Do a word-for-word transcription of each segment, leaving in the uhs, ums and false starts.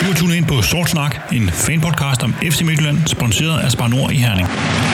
Du har tunet ind på Sort Snak, en fanpodcast om F C Midtjylland, sponsoreret af Spar Nord i Herning.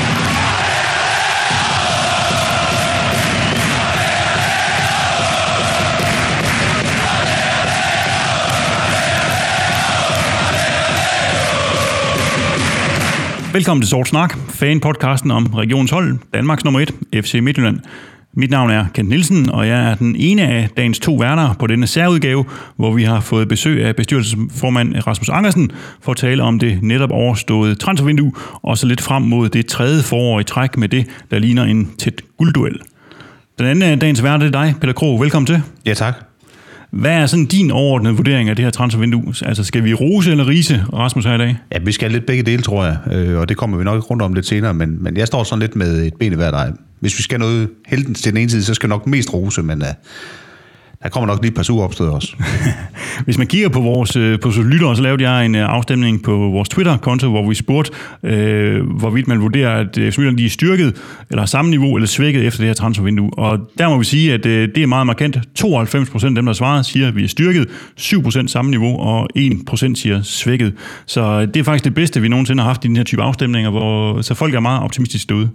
Velkommen til Sort Snak, fanpodcasten om regionens hold, Danmarks nummer et, F C Midtjylland. Mit navn er Kent Nielsen, og jeg er den ene af dagens to værter på denne særudgave, hvor vi har fået besøg af bestyrelsesformand Rasmus Ankersen for at tale om det netop overståede transfervindue, og så lidt frem mod det tredje forår i træk med det, der ligner en tæt guldduel. Den anden af dagens værter er dig, Peter Krog. Velkommen til. Ja, tak. Hvad er sådan din overordnede vurdering af det her transfervindue? Altså, skal vi rose eller rise Rasmus her i dag? Ja, vi skal lidt begge dele, tror jeg, og det kommer vi nok rundt om lidt senere, men, men jeg står sådan lidt med et ben i hver dej. Hvis vi skal noget heltens til den ene side, så skal nok mest rose, men uh, der kommer nok lige et par sure opstød også. Hvis man kigger på vores på lyttere, så lavede jeg en afstemning på vores Twitter-konto, hvor vi spurgte, øh, hvorvidt man vurderer, at F C Midtjylland er styrket, eller har samme niveau, eller svækket efter det her transfervindue. Og der må vi sige, at øh, det er meget markant. tooghalvfems procent af dem, der svarer, siger, at vi er styrket. syv procent samme niveau, og en procent siger svækket. Så det er faktisk det bedste, vi nogensinde har haft i den her type afstemninger, hvor så folk er meget optimistisk derude.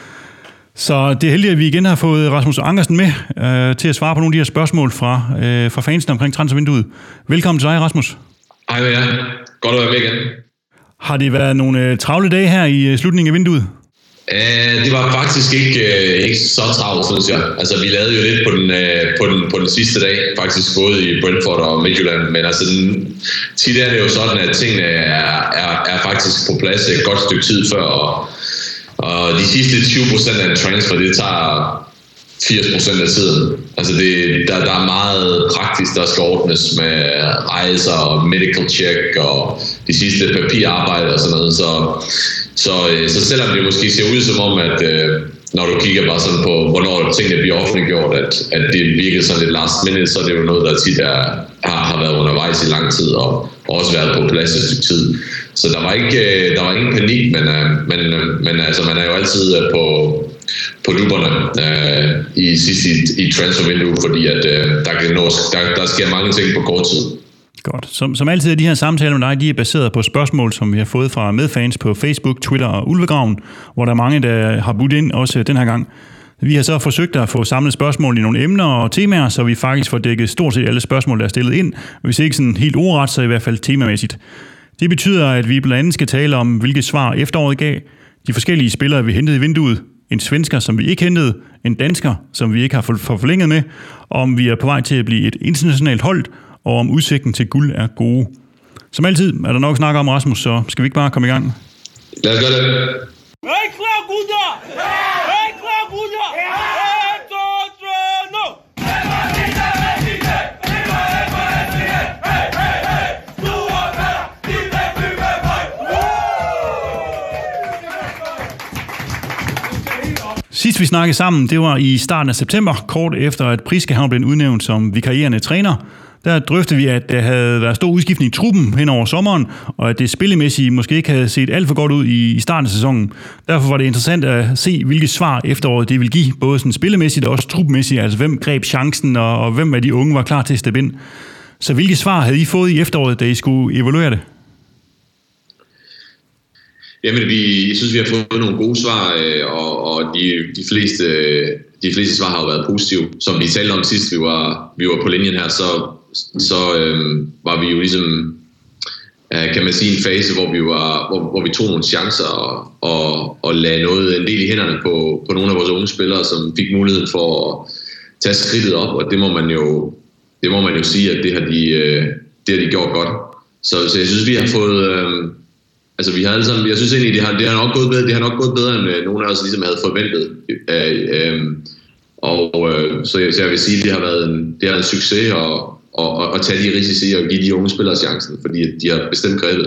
Så det er heldigt, at vi igen har fået Rasmus Ankersen med øh, til at svare på nogle af de her spørgsmål fra, øh, fra fansene omkring transfervinduet. Velkommen til dig, Rasmus. Hej med jer. Godt at være med igen. Har det været nogle øh, travle dage her i øh, slutningen af vinduet? Æh, det var faktisk ikke, øh, ikke så travlt, synes jeg. Altså, vi lavede jo lidt på den, øh, på den, på den sidste dag, faktisk både i Brentford og Midtjylland. Men altså, den, tit er det jo sådan, at tingene er, er, er faktisk på plads et godt stykke tid før, og Og de sidste tyve procent af en transfer, det tager firs procent af tiden. Altså det, der, der er meget praktisk, der skal ordnes med rejser og medical check og de sidste papirarbejde og sådan noget. Så, så, så selvom det måske ser ud som om, at når du kigger bare sådan på, hvornår tingene bliver offentliggjort, at, at det virker sådan lidt last minute, så er det jo noget, der tit er, har, har været undervejs i lang tid og også været på plads et stykke tid. Så der var ikke, der var ingen panik, men, men, men altså, man er jo altid på, på dupperne øh, i sidste i, i transfervindue, fordi at, øh, der, kan nå, der, der sker mange ting på kort tid. Godt. Som, som altid er de her samtaler med dig, de er baseret på spørgsmål, som vi har fået fra medfans på Facebook, Twitter og Ulvegraven, hvor der er mange, der har budt ind også den her gang. Vi har så forsøgt at få samlet spørgsmål i nogle emner og temaer, så vi faktisk får dækket stort set alle spørgsmål, der er stillet ind. Hvis ikke sådan helt ordret, så i hvert fald temamæssigt. Det betyder, at vi blandt andet skal tale om, hvilke svar efteråret gav, de forskellige spillere, vi hentede i vinduet, en svensker, som vi ikke hentede, en dansker, som vi ikke har fået forlænget med, om vi er på vej til at blive et internationalt hold, og om udsigten til guld er gode. Som altid er der nok snak om, Rasmus, så skal vi ikke bare komme i gang? Lad os gøre det. Hey, klar, gutter! Hey, klar, gutter! Et, to, tre, nu! Sidst vi snakkede sammen, det var i starten af september, kort efter at Priske han blev udnævnt som vikarierende træner. Der drøftede vi, at der havde været stor udskiftning i truppen hen over sommeren, og at det spillemæssigt måske ikke havde set alt for godt ud i starten af sæsonen. Derfor var det interessant at se, hvilke svar efteråret det ville give, både sådan spillemæssigt og også trupmæssigt, altså hvem greb chancen, og, og hvem af de unge var klar til at steppe ind. Så hvilke svar havde I fået i efteråret, da I skulle evaluere det? Jamen, vi, jeg synes, vi har fået nogle gode svar, og, og de, de, fleste, de fleste svar har jo været positive. Som vi talte om sidst, vi var, vi var på linjen her, så, så øhm, var vi jo ligesom, øh, kan man sige, en fase, hvor vi, var, hvor, hvor vi tog nogle chancer og, og, og lagde noget, en del i hænderne på, på nogle af vores unge spillere, som fik muligheden for at tage skridtet op, og det må man jo, det må man jo sige, at det har de, øh, det har de gjort godt. Så, så jeg synes, vi har fået... Øh, Altså vi har alle sammen, jeg synes egentlig, det har, det har nok gået bedre, det har nok gået bedre end øh, nogen af os ligesom havde forventet. Øh, øh, og øh, så, jeg, så jeg vil sige, det har været en, det har været en succes at, at, at, at tage de risici og give de unge spillere chancen, fordi de har bestemt grebet.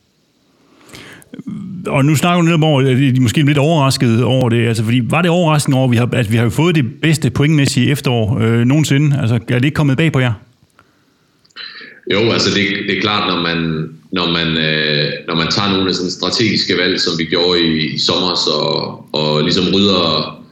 Og nu snakker du netop over, at de måske er lidt overrasket over det. Altså, fordi var det overraskende over, at vi har, at vi har fået det bedste pointmæssige efterår øh, nogensinde? Altså, er det ikke kommet bag på jer? Jo, altså det, det er klart, når man, når man, øh, når man tager nogle af sådan strategiske valg, som vi gjorde i, i sommer, så, og ligesom rydder,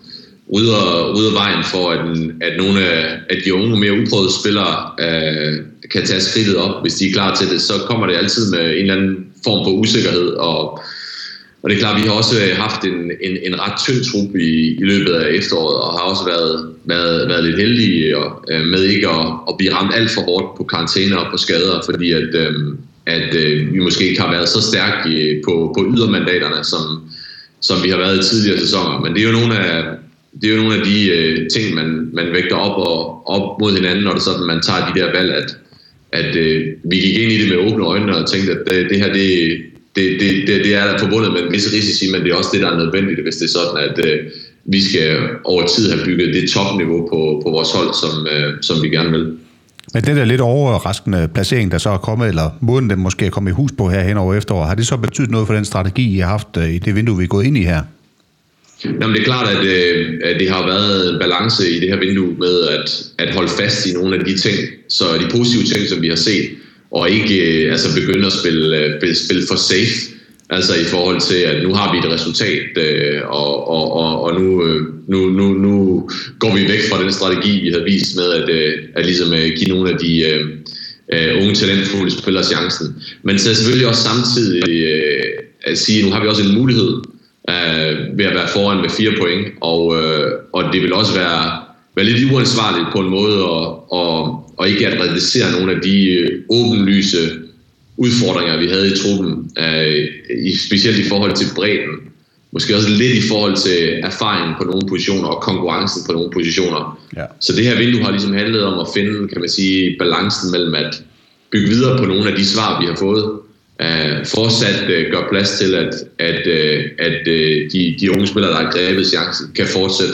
rydder, rydder vejen for, at, at nogle af, at de unge, mere uprøvede spillere øh, kan tage skridtet op, hvis de er klar til det, så kommer det altid med en eller anden form for usikkerhed, og Og det er klart, vi har også haft en, en, en ret tynd trup i, i løbet af efteråret, og har også været, været, været lidt heldige og, øh, med ikke at, at blive ramt alt for hårdt på karantæner og på skader, fordi at, øh, at øh, vi måske ikke har været så stærke på, på ydermandaterne, som, som vi har været i tidligere sæsoner. Men det er jo nogle af, det er jo nogle af de øh, ting, man, man vægter op, og, op mod hinanden, når det er sådan, man tager de der valg, at, at øh, vi gik ind i det med åbne øjne og tænkte, at det, det her, det Det, det, det, det er forbundet med en vis risici, men det er også det, der er nødvendigt, hvis det er sådan, at øh, vi skal over tid have bygget det topniveau på, på vores hold, som, øh, som vi gerne vil. Men det der lidt overraskende placering, der så er kommet, eller måden den måske er kommet i hus på her hen over efteråret, har det så betydet noget for den strategi, I har haft i det vindue, vi er gået ind i her? Jamen, det er klart, at, øh, at det har været en balance i det her vindue med at, at holde fast i nogle af de ting, så de positive ting, som vi har set, og ikke altså begynde at spille, spille for safe, altså i forhold til, at nu har vi et resultat, og, og, og, og nu, nu, nu, nu går vi væk fra den strategi, vi havde vist med at, at ligesom give nogle af de uh, unge talentfulde spillere chancen. Men så selvfølgelig også samtidig uh, at sige, at nu har vi også en mulighed uh, ved at være foran med fire point, og, uh, og det vil også være, være lidt uansvarligt på en måde at, at og ikke at realisere nogle af de åbenlyse udfordringer, vi havde i truppen, specielt i forhold til bredden. Måske også lidt i forhold til erfaringen på nogle positioner og konkurrencen på nogle positioner. Ja. Så det her vindue har ligesom handlet om at finde, kan man sige, balancen mellem at bygge videre på nogle af de svar, vi har fået, fortsat gøre plads til, at, at, at de, de unge spillere, der har grebet chancen, kan fortsætte,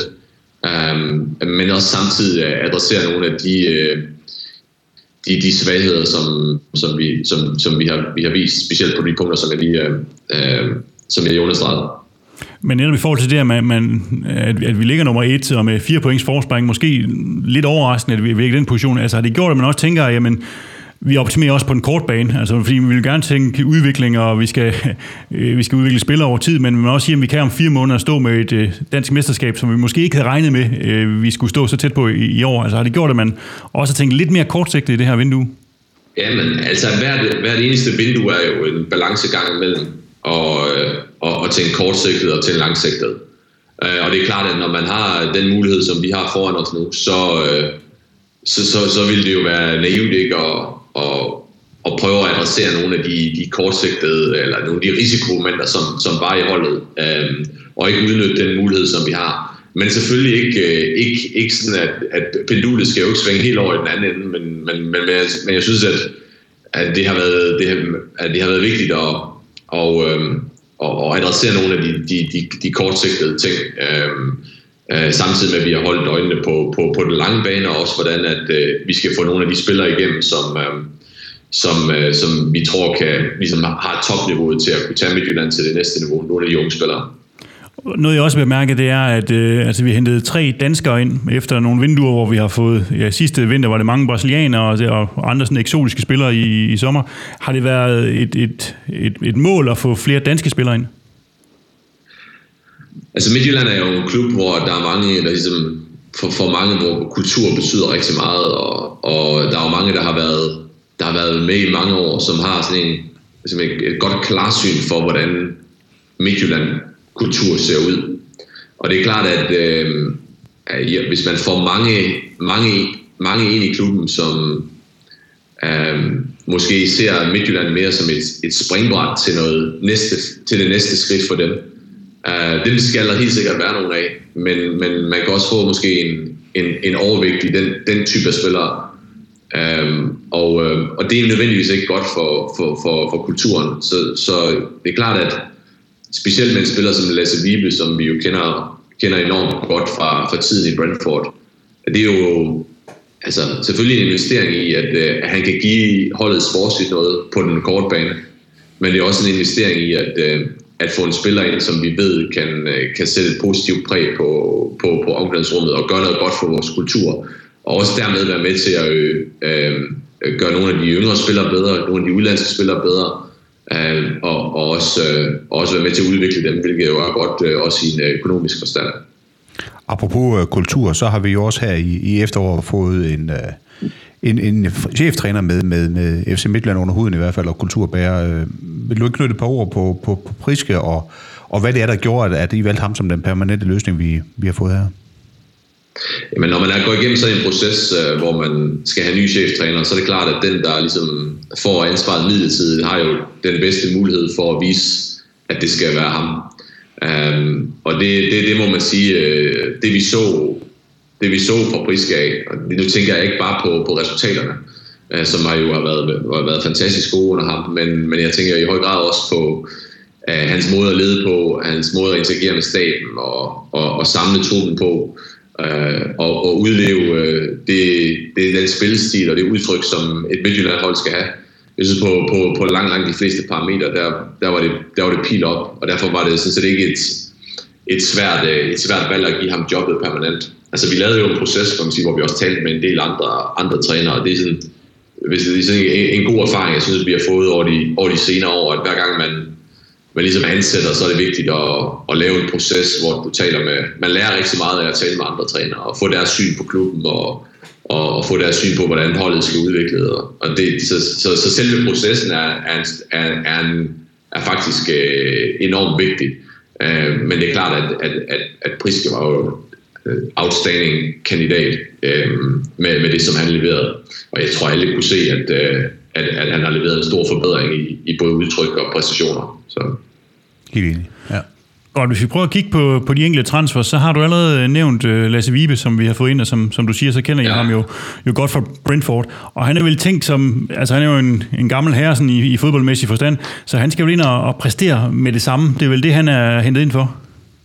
men også samtidig adressere nogle af de De, de svagheder, som, som, vi, som, som vi, har, vi har vist, specielt på de punkter, som jeg lige øh, som jeg understregede. Men netop i forhold til det, at, man, at, at vi ligger nummer et, og med fire points forspring, måske lidt overraskende, at vi er i den position. Altså har det gjort, at man også tænker, at jamen, vi optimerer også på den korte bane, altså fordi vi vil gerne tænke udvikling, og vi skal, øh, vi skal udvikle spillere over tid, men vi må også sige, at vi kan om fire måneder stå med et øh, dansk mesterskab, som vi måske ikke havde regnet med, øh, vi skulle stå så tæt på i, i år. Altså har det gjort, at man også har tænkt lidt mere kortsigtet i det her vindue? Jamen, altså hvert, hvert eneste vindue er jo en balancegang mellem og, og, og tænke kortsigtet og tænke langsigtet. Og det er klart, at når man har den mulighed, som vi har foran os nu, så, så, så, så vil det jo være naivt ikke at Og, og prøve at adressere nogle af de, de kortsigtede, eller nogle af de risikomomenter, som, som var i holdet, øhm, og ikke udnytte den mulighed, som vi har. Men selvfølgelig ikke, ikke, ikke sådan, at, at pendulet skal jo ikke svinge helt over i den anden ende, men, men, men, men, jeg, men jeg synes, at, at, det har været, det har, at det har været vigtigt at, og, øhm, at adressere nogle af de, de, de, de kortsigtede ting, øhm, øh, samtidig med, at vi har holdt øjnene på, på, på den lange bane, og også hvordan at, øh, vi skal få nogle af de spillere igennem, som, øh, som, øh, som vi tror kan, ligesom har topniveauet til at kunne tage Midtjylland til det næste niveau, nogle af de unge spillere. Noget jeg også vil mærke, det er, at øh, altså, vi har hentet tre danskere ind efter nogle vinduer, hvor vi har fået, ja, sidste vinter var det mange brasilianere og, og andre sådan eksotiske spillere i, i sommer. Har det været et, et, et, et mål at få flere danske spillere ind? Altså Midtjylland er jo en klub, hvor der er mange, der ligesom, for, for mange, hvor kultur betyder rigtig meget, og, og der er jo mange, der har været, der har været med i mange år, som har sådan en, altså et, et godt klarsyn for, hvordan Midtjylland kultur ser ud. Og det er klart, at, øh, at ja, hvis man får mange, mange, mange ind i klubben, som øh, måske ser Midtjylland mere som et, et springbræt til, noget næste, til det næste skridt for dem. Uh, det skal der helt sikkert være nogle af, men, men man kan også få måske en, en, en overvægt i den, den type af spillere. Um, og, uh, og det er nødvendigvis ikke godt for, for, for, for kulturen. Så, så det er klart, at specielt med en spiller som Lasse Vibe, som vi jo kender, kender enormt godt fra, fra tiden i Brentford, det er jo altså, selvfølgelig en investering i, at, at han kan give holdet sportsligt noget på den korte bane, men det er også en investering i, at at få en spiller ind, som vi ved kan, kan sætte et positivt præg på, på, på omklædningsrummet og gøre noget godt for vores kultur. Og også dermed være med til at øh, gøre nogle af de yngre spillere bedre, nogle af de udlandske spillere bedre, øh, og, og også, øh, også være med til at udvikle dem, hvilket jo er godt øh, også i en økonomisk forstand. apropos uh, kultur, så har vi jo også her i, i efteråret fået en, uh, en, en cheftræner med, med, med F C Midtjylland under huden i hvert fald, og kulturbærer. Uh, vil du ikke knytte et par ord på, på, på Priske, og, og hvad det er, der gjorde, at I valgte ham som den permanente løsning, vi, vi har fået her? Jamen, når man er gået igennem sådan en proces, uh, hvor man skal have ny cheftræner, så er det klart, at den, der ligesom får ansvaret midlertidigt, har jo den bedste mulighed for at vise, at det skal være ham. Um, og det, det, det må man sige, uh, det vi så, det vi så fra Priske af, og nu tænker jeg ikke bare på, på resultaterne, uh, som har jo har været, har været fantastisk gode under ham, men, men jeg tænker i høj grad også på uh, hans måde at lede på, hans måde at interagere med staben og, og, og samle truppen på, uh, og, og udleve uh, det, det, den spillestil og det udtryk, som et Midtjylland-hold skal have. Jeg synes på, på, på langt, langt de fleste parametre, der, der, var det, der var det pil op, og derfor var det sådan set ikke et, et, svært, et svært valg at give ham jobbet permanent. Altså vi lavede jo en proces, kan man sige, hvor vi også talte med en del andre, andre trænere, og det er sådan, hvis det er sådan en, en god erfaring, jeg synes, vi har fået over de, over de senere år, at hver gang man, man ligesom ansætter, så er det vigtigt at, at lave en proces, hvor du taler med, man lærer rigtig meget af at tale med andre trænere, og få deres syn på klubben, og og få deres syn på, hvordan holdet skal udvikle. Og det, så, så, så selve processen er, er, er, er, en, er faktisk øh, enormt vigtig. Øh, men det er klart, at, at, at, at Priske var jo outstanding kandidat øh, med, med det, som han leverede. Og jeg tror, alle kunne se, at, øh, at, at han har leveret en stor forbedring i, i både udtryk og præstationer. Så. Helt enig, ja. Og hvis vi prøver at kigge på, på de enkelte transfers, så har du allerede nævnt uh, Lasse Vibe, som vi har fået ind, og som, som du siger, så kender jeg ja. ham jo, jo godt fra Brentford. Og han er vel tænkt som, altså han er jo en, en gammel herre sådan i, i fodboldmæssig forstand, så han skal jo ind og, og præstere med det samme. Det er vel det, han er hentet ind for?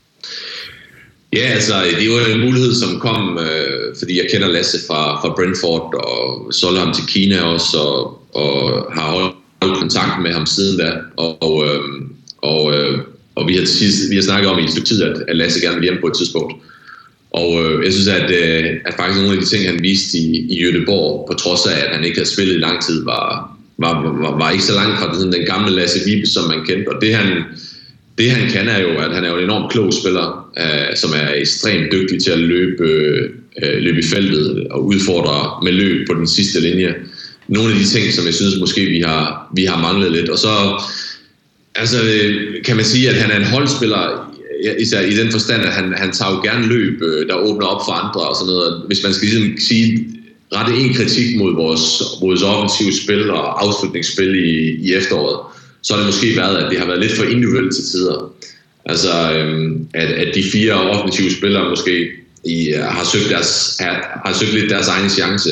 Ja, altså det var en mulighed, som kom, øh, fordi jeg kender Lasse fra, fra Brentford, og solgte ham til Kina også, og, og har holdt kontakt med ham siden da. Og, og, øh, og øh, Og vi har, vi har snakket om i et stykke tid, at, at Lasse gerne vil hjem på et tidspunkt. Og øh, jeg synes, at, øh, at faktisk nogle af de ting, han viste i, i Göteborg, på trods af, at han ikke havde spillet i lang tid, var, var, var, var ikke så langt fra den, den gamle Lasse Vibe, som man kendte. Og det han, det han kan er jo, at han er jo en enormt klog spiller, øh, som er ekstremt dygtig til at løbe, øh, løbe i feltet og udfordre med løb på den sidste linje. Nogle af de ting, som jeg synes måske, vi har, vi har manglet lidt. Og så altså, kan man sige, at han er en holdspiller, især i den forstand, at han, han tager jo gerne løb, der åbner op for andre og sådan noget. Hvis man skal ligesom sige, rette en kritik mod vores, vores offensive spil og afslutningsspil i, i efteråret, så har det måske været, at det har været lidt for individuelt til tider. Altså, at, at de fire offensive spillere måske i, har, søgt deres, har, har søgt lidt deres egen chance.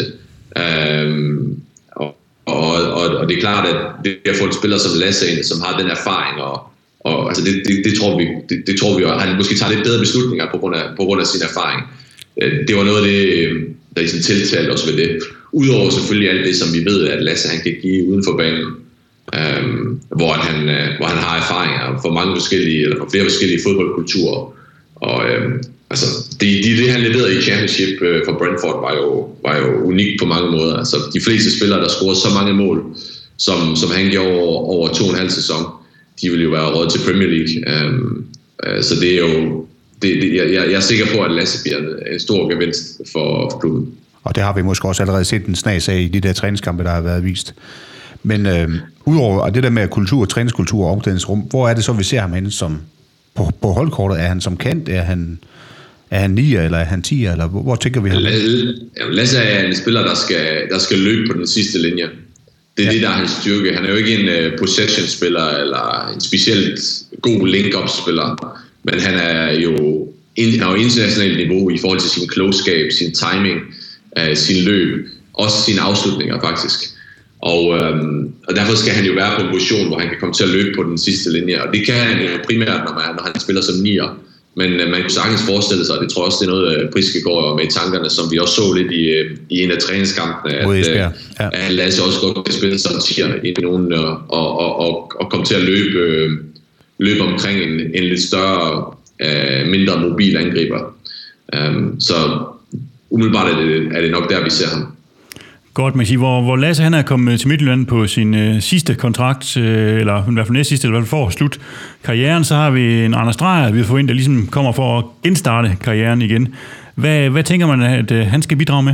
Um, Og, og, og det er klart, at det er at få en spiller som Lasse ind, som har den erfaring, og, og altså det, det, det tror vi, det, det tror vi, og han måske tager lidt bedre beslutninger på grund af, på grund af sin erfaring. Det var noget af det, der ligesom tiltalte os ved det. Udover selvfølgelig alt det, som vi ved, at Lasse han kan give uden for banen, øhm, hvor, han, hvor han har erfaringer for mange forskellige, eller for flere forskellige fodboldkulturer. Og øhm, altså, det, det, det han leverede i Championship øh, for Brentford var jo, var jo unikt på mange måder. Altså, de fleste spillere, der scorede så mange mål, som, som han gjorde over, over to og en halv sæson, de ville jo være råd til Premier League. Um, uh, så det er jo, det, det, jeg, jeg er sikker på, at Lasse bliver en stor gevinst for, for klubben. Og det har vi måske også allerede set en snas af i de der træningskampe, der har været vist. Men øh, udover det der med kultur, træningskultur og omklædningsrum, hvor er det så, vi ser ham henne som på, på holdkortet? Er han som kant? Er han... Er han nier, eller er han tier, eller hvor, hvor tænker vi ham? Lasse er en spiller, der skal, der skal løbe på den sidste linje. Det er ja. det, der er hans styrke. Han er jo ikke en uh, possession-spiller, eller en specielt god link-up-spiller, men han er jo, in, er jo internationalt niveau i forhold til sin klogskab, sin timing, uh, sin løb, også sine afslutninger faktisk. Og, um, og derfor skal han jo være på en position, hvor han kan komme til at løbe på den sidste linje, og det kan han jo primært, når, man, når han spiller som nier. Men uh, man kan sagtens forestille sig, og det tror jeg også, det er noget, uh, Priske går med i tankerne, som vi også så lidt i, uh, i en af træningskampene, at, uh, ja. at Lasse også godt kan spille som tier i nogen, uh, og, og, og, og komme til at løbe, uh, løbe omkring en, en lidt større, uh, mindre mobil angriber. Um, så umiddelbart er det, er det nok der, vi ser ham. Godt, man kan sige, hvor, hvor Lasse han er kommet til Midtjylland på sin øh, sidste kontrakt, øh, eller i hvert fald næst sidste, eller i hvert fald for at slutte karrieren, så har vi en Anders Dreyer, vi har forventet, der ligesom kommer for at genstarte karrieren igen. Hvad, hvad tænker man, at øh, han skal bidrage med?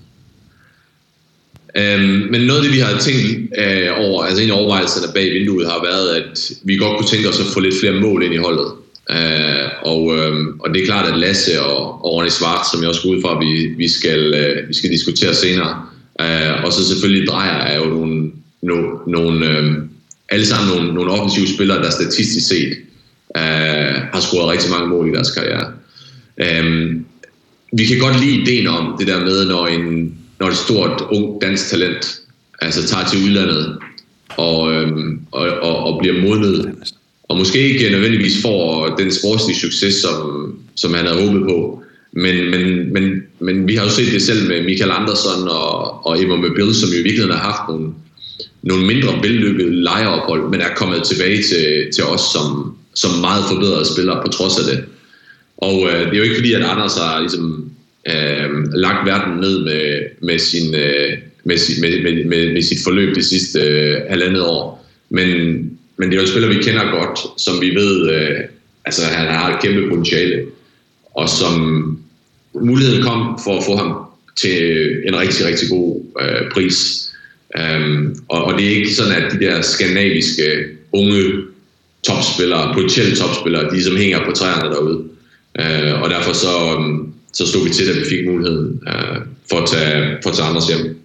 Øhm, men noget af det, vi har tænkt øh, over, altså en af overvejelserne bag vinduet, har været, at vi godt kunne tænke os at få lidt flere mål ind i holdet. Øh, og, øh, og det er klart, at Lasse og, og Ronny Svart, som jeg også går ud fra, vi, vi, skal, øh, vi skal diskutere senere, øh, og så selvfølgelig Dreyer er jo nogle, no, nogle øh, alle sammen nogle, nogle offensive spillere, der statistisk set øh, har scoret rigtig mange mål i deres karriere. Øh, vi kan godt lide ideen om det der med, når en når et stort, ung dansk talent altså tager til udlandet og, øhm, og, og, og bliver modnet, og måske ikke nødvendigvis får den sportslige succes, som, som han havde håbet på. Men, men, men, men vi har jo set det selv med Michael Andersson og, og Emma Bill, som jo i virkeligheden har haft nogle, nogle mindre vellykkede lejeophold, men er kommet tilbage til, til os som, som meget forbedrede spillere på trods af det. Og øh, det er jo ikke fordi, at Anders har ligesom Øh, lagt verden ned med, med, sin, øh, med, sit, med, med, med, med sit forløb det sidste øh, halvandet år. Men, men det er jo et spiller, vi kender godt, som vi ved, øh, altså han har et kæmpe potentiale, og som muligheden kom for at få ham til en rigtig, rigtig god øh, pris. Um, og, og det er ikke sådan, at de der skandinaviske unge topspillere, potentielle topspillere, de som hænger på træerne derude. Uh, og derfor så... Um, så stod vi til, at vi fik muligheden øh, for, at tage, for at tage Anders hjem.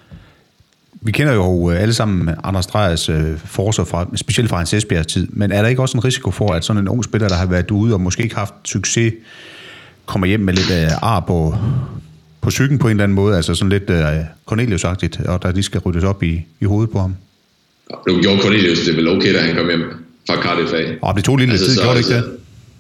Vi kender jo alle sammen Anders Dreyers øh, forsvar, fra, specielt fra hans Esbjergs tid, men er der ikke også en risiko for, at sådan en ung spiller, der har været ude og måske ikke haft succes, kommer hjem med lidt øh, ar på, på psyken på en eller anden måde, altså sådan lidt øh, Cornelius-agtigt, og der lige skal ryddes op i, i hovedet på ham? Nu gjorde Cornelius det vel okay, da han kom hjem fra Cardiff af. Og det tog lige lidt altså, tid, gjorde det ikke det?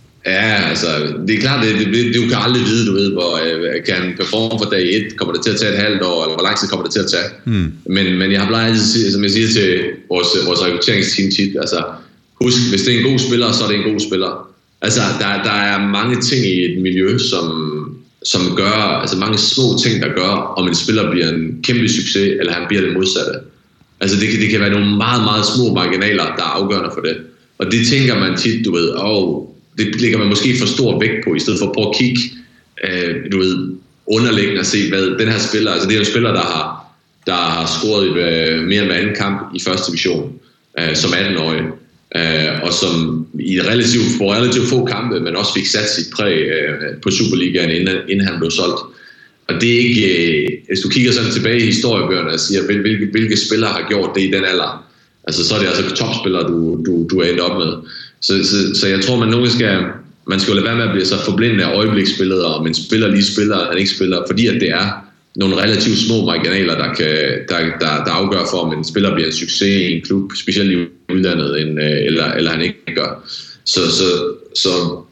Ja, altså, det er klart, det, det, det, du kan aldrig vide, du ved, hvor øh, kan han performe for dag et, kommer det til at tage et halvt år, eller hvor lang tid kommer det til at tage. Mm. Men, men jeg har plejet, som jeg siger til vores, vores rekrutteringsteam tit, altså, husk, hvis det er en god spiller, så er det en god spiller. Altså, der, der er mange ting i et miljø, som, som gør, altså mange små ting, der gør, om en spiller bliver en kæmpe succes, eller han bliver det modsatte. Altså, det, det kan være nogle meget, meget små marginaler, der er afgørende for det. Og det tænker man tit, du ved, åh, oh, det lægger man måske for stor vægt på, i stedet for at prøve at kigge øh, du ved, underliggende og se, hvad den her spiller, altså det er en spiller, der har, der har scoret øh, mere end hver anden kamp i første division, øh, som atten-årig, øh, og som i relativt, på relativt få kampe, men også fik sat sit præg øh, på Superligaen, inden, inden han blev solgt. Og det er ikke, øh, hvis du kigger sådan tilbage i historiebøgerne og siger, hvilke, hvilke spillere har gjort det i den alder, altså så er det altså topspillere, du, du, du er endt op med. Så, så, så jeg tror, man nogen skal, man skal lade være med at blive så forblindet af øjebliksbilleder, om en spiller lige spiller, eller han ikke spiller, fordi at det er nogle relativt små marginaler, der, kan, der, der, der afgør for, om en spiller bliver en succes i en klub, specielt i udlandet, end, eller, eller han ikke gør. Så, så, så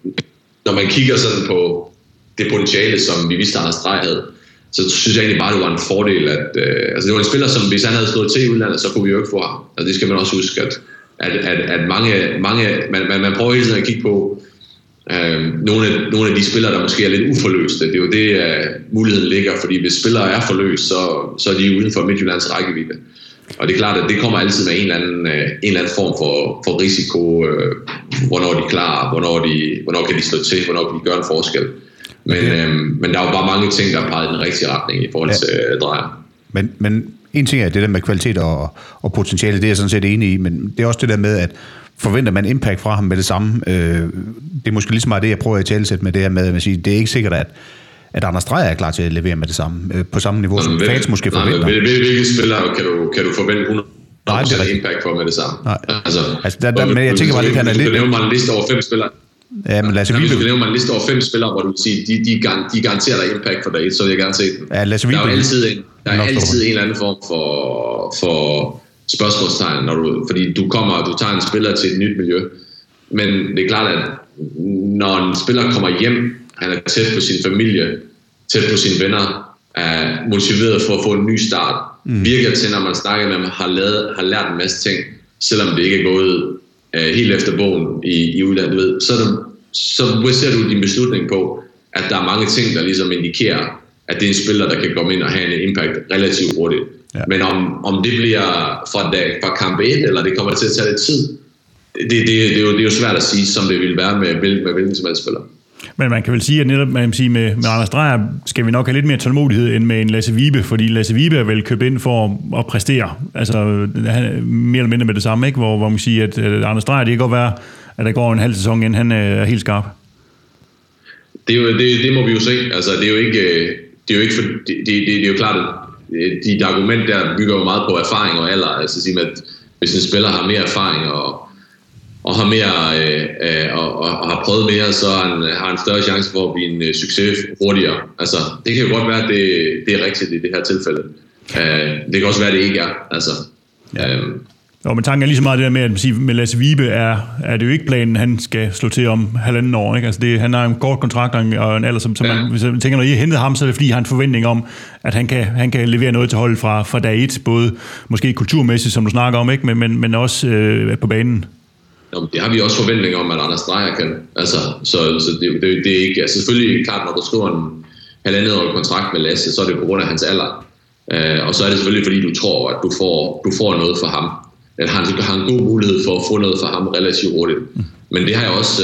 når man kigger sådan på det potentiale, som vi vidste, Anders Dreyer havde, så synes jeg egentlig bare, det var en fordel, at øh, altså det var en spiller, som hvis han havde stået til i udlandet, så kunne vi jo ikke få ham. Og det skal man også huske, at At, at, at mange, mange man, man, man prøver hele tiden at kigge på øh, nogle, af, nogle af de spillere, der måske er lidt uforløste. Det er jo det, uh, muligheden ligger, fordi hvis spillere er forløst, så, så er de uden for Midtjyllands rækkevidde. Og det er klart, at det kommer altid med en eller anden, uh, en eller anden form for, for risiko. Uh, hvornår de er klar, hvornår, de, hvornår kan de slå til, hvornår kan de gøre en forskel. Men, okay. øh, men der er jo bare mange ting, der peger i den rigtige retning i forhold til ja. Dreyer. Men, men en ting er det der med kvalitet og, og potentiale, det er jeg sådan set enig i, men det er også det der med, at forventer man impact fra ham med det samme. Øh, det er måske lige så meget det, jeg prøver at talesætte med det her med, at sige, det er ikke sikkert, at, at Anders Dreyer er klar til at levere med det samme, øh, på samme niveau, som fans måske forventer. Nej, hvilke spillere kan du, kan du forvente hundrede procent impact for med det samme? Nej. Altså, altså der, der, men jeg tænker bare lidt, han er lidt... Du nævner mig en liste over fem spillere. Ja, men Lasse Wilby... Hvis du nævner mig en liste over fem spillere, hvor du vil sige, de, de, de garanterer dig impact for dig, så vil jeg gerne se den. Ja, Lasse der er jo altid en, der er altid en eller anden form for, for spørgsmålstegn, når du, fordi du kommer og du tager en spiller til et nyt miljø. Men det er klart, at når en spiller kommer hjem, han er tæt på sin familie, tæt på sine venner, er motiveret for at få en ny start, mm. virker til, når man snakker med ham, har, lavet, har lært en masse ting, selvom det ikke er gået uh, helt efter bogen i, i udlandet, ved, så, det, så ser du din beslutning på, at der er mange ting, der ligesom indikerer, at det er en spiller, der kan komme ind og have en impact relativt hurtigt. Ja. Men om, om det bliver fra, dag, fra kamp et, eller det kommer til at tage lidt tid, det, det, det, er, jo, det er jo svært at sige, som det vil være med, med hvilken som helst spiller. Men man kan vel sige, at netop man kan sige, med, med Anders Dreyer skal vi nok have lidt mere tålmodighed end med en Lasse Vibe, fordi Lasse Vibe er vel købt ind for at, at præstere. Altså han, mere eller mindre med det samme, ikke? Hvor, hvor man kan sige, at, at Anders Dreyer, det kan godt være, at der går en halv sæson, inden han er helt skarp. Det, er jo, det, det må vi jo se. Altså, det er jo ikke, det er jo ikke for, det, det, det er jo klart, at dit argument der bygger jo meget på erfaring og alder. Altså sige, at hvis en spiller har mere erfaring og, og har mere øh, øh, og, og, og har prøvet mere, så har han, har en større chance for at blive en uh, succes hurtigere. Altså, det kan jo godt være, at det, det er rigtigt i det her tilfælde. Uh, det kan også være, at det ikke er. Altså, ja. um, Jo, men tanken er lige så meget det der med, at sige, med Lasse Vibe er, er det jo ikke planen, han skal slå til om halvanden år. Ikke? Altså det, han har en kort kontrakt og en alder, som, som ja. man, hvis jeg tænker, når I har hentet ham, så er det fordi, han har en forventning om, at han kan, han kan levere noget til holdet fra, fra dag et, både måske kulturmæssigt, som du snakker om, ikke? Men, men, men også øh, på banen. Jamen, det har vi også forventning om, at Anders Dreyer kan. Altså, så så det, det, det er ikke, altså selvfølgelig klart, når du skriver en halvandet år kontrakt med Lasse, så er det på grund af hans alder. Uh, og så er det selvfølgelig, fordi du tror, at du får, du får noget for ham. At han har en god mulighed for at få noget for ham relativt hurtigt. Men det har jeg også,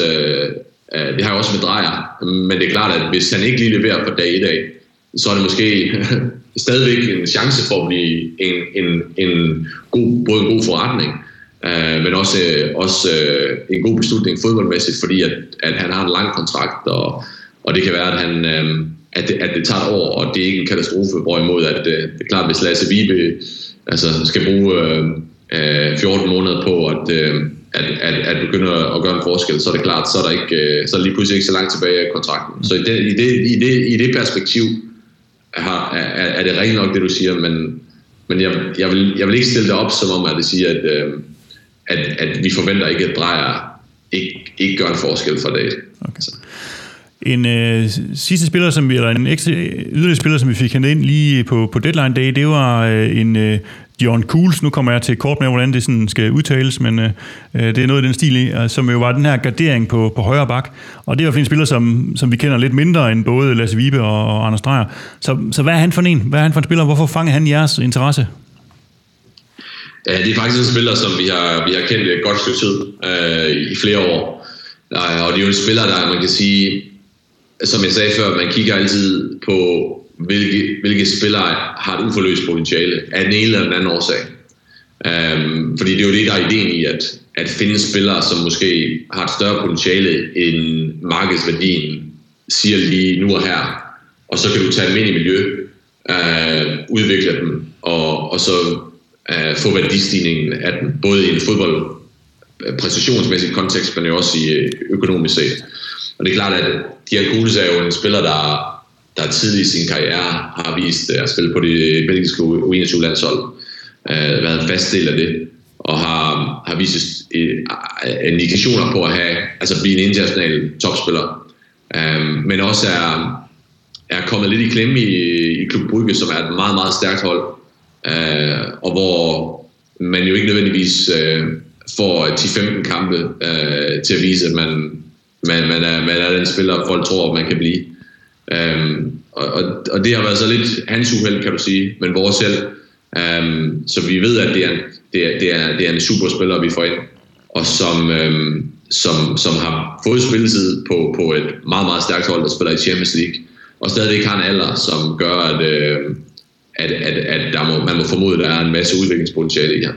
uh, det har jeg også med Dreyer. Men det er klart, at hvis han ikke lige leverer på dag i dag, så er det måske stadigvæk en chance for at blive en, en, en god, både en god forretning, Uh, men også, uh, også uh, en god beslutning fodboldmæssigt, fordi at, at han har en lang kontrakt, og, og det kan være, at, han, uh, at, det, at det tager et år, og det er ikke en katastrofe, hvorimod at uh, det er klart, hvis Lasse Vibe altså, skal bruge uh, uh, fjorten måneder på at, uh, at, at, at begynde at gøre en forskel, så er det klart, så er der, ikke, uh, så er der lige pludselig ikke så langt tilbage af kontrakten. Så i det, i det, i det, i det perspektiv har, er, er det rent nok det, du siger, men, men jeg, jeg, vil, jeg vil ikke stille det op som om, at det siger, at uh, At, at vi forventer ikke, at Dreyer ikke, ikke gør en forskel for det. Okay. En øh, sidste spiller, som vi, eller en ekstra yderligere spiller, som vi fik hentet ind lige på, på deadline day, det var øh, en øh, Dion Kuhls. Nu kommer jeg til kort med, hvordan det sådan skal udtales, men øh, det er noget i den stil i, som jo var den her gardering på, på højre bak. Og det er jo en spiller, som, som vi kender lidt mindre end både Lasse Vibe og, og Anders Dreyer. Så, så hvad er han for en? Hvad er han for en spiller? Hvorfor fanger han jeres interesse? Ja, det er faktisk en spiller, som vi har, vi har kendt et godt stykke tid øh, i flere år. Og det er jo en spiller, der man kan sige, som jeg sagde før, man kigger altid på, hvilke, hvilke spillere har et uforløst potentiale af den ene eller den anden årsag. Um, fordi det er jo det, der er ideen i, at, at finde spillere, som måske har et større potentiale end markedsværdien, siger lige nu og her. Og så kan du tage dem ind i miljø, uh, udvikle dem, og, og så Uh, få værdistigningen af den, både i en fodbold præstationsmæssig kontekst, men jo også i økonomisk set. Og det er klart, at Dion Kuhls er jo en spiller, der, der tidligt i sin karriere har vist at spille på det belgiske U enogtyve-landshold, uh, været en fast del af det, og har, har vist uh, indikationer på at have, altså blive en international topspiller, uh, men også er, er kommet lidt i klemme i, i Klub Brugge, som er et meget, meget stærkt hold, Uh, og hvor man jo ikke nødvendigvis uh, får ti til femten kampe uh, til at vise, at man, man, man, er, man er den spiller, folk tror, man kan blive. Um, og, og det har været så lidt hans uheld, kan du sige, men vores selv. Um, så vi ved, at det er, det, er, det, er, det er en super spiller, vi får ind, og som, um, som, som har fået spilletid på, på et meget, meget stærkt hold, der spiller i Champions League, og stadigvæk har en alder, som gør, at uh, at, at, at der må, man må formode, at der er en masse udviklingspotentiale i ham.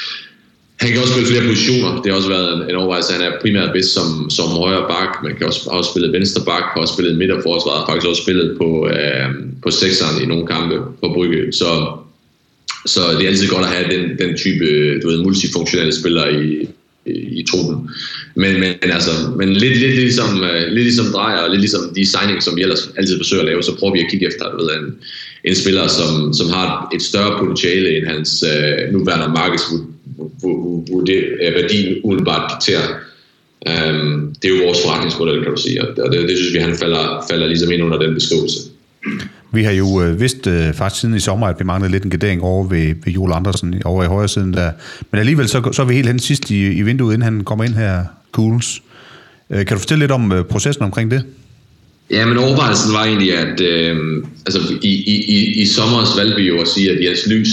Han kan også spille flere positioner. Det har også været en, en overvejelse. Han er primært bedst som, som højre bak. Man kan også, også spille venstre bak, har også spillet midterforsvaret, faktisk også spillet på, øh, på sekseren i nogle kampe på Brygge. Så, så det er altid godt at have den, den type, du ved, multifunktionelle spillere i, i, i truppen. Men, men, altså, men lidt, lidt, ligesom, lidt ligesom Dreyer, og lidt ligesom de signings, som vi ellers altid forsøger at lave, så prøver vi at kigge efter, du ved, en, en spiller, som, som har et større potentiale end hans øh, nuværende markedsværdi umiddelbart dikterer. Um, det er jo vores forretningsmodel, kan du sige, og det, det synes vi, han falder, falder ligesom ind under den beskrivelse. Vi har jo øh, vidst øh, faktisk siden i sommer, at vi manglede lidt en gardering over ved, ved Joel Andersen over i højre siden der. Men alligevel så, så er vi helt hen sidst i, i vinduet, inden han kommer ind her, Kuhls. Øh, kan du fortælle lidt om øh, processen omkring det? Ja, men overvejelsen var egentlig, at øh, altså, i, i, i, i sommers valgte vi jo at sige, at Jens Lys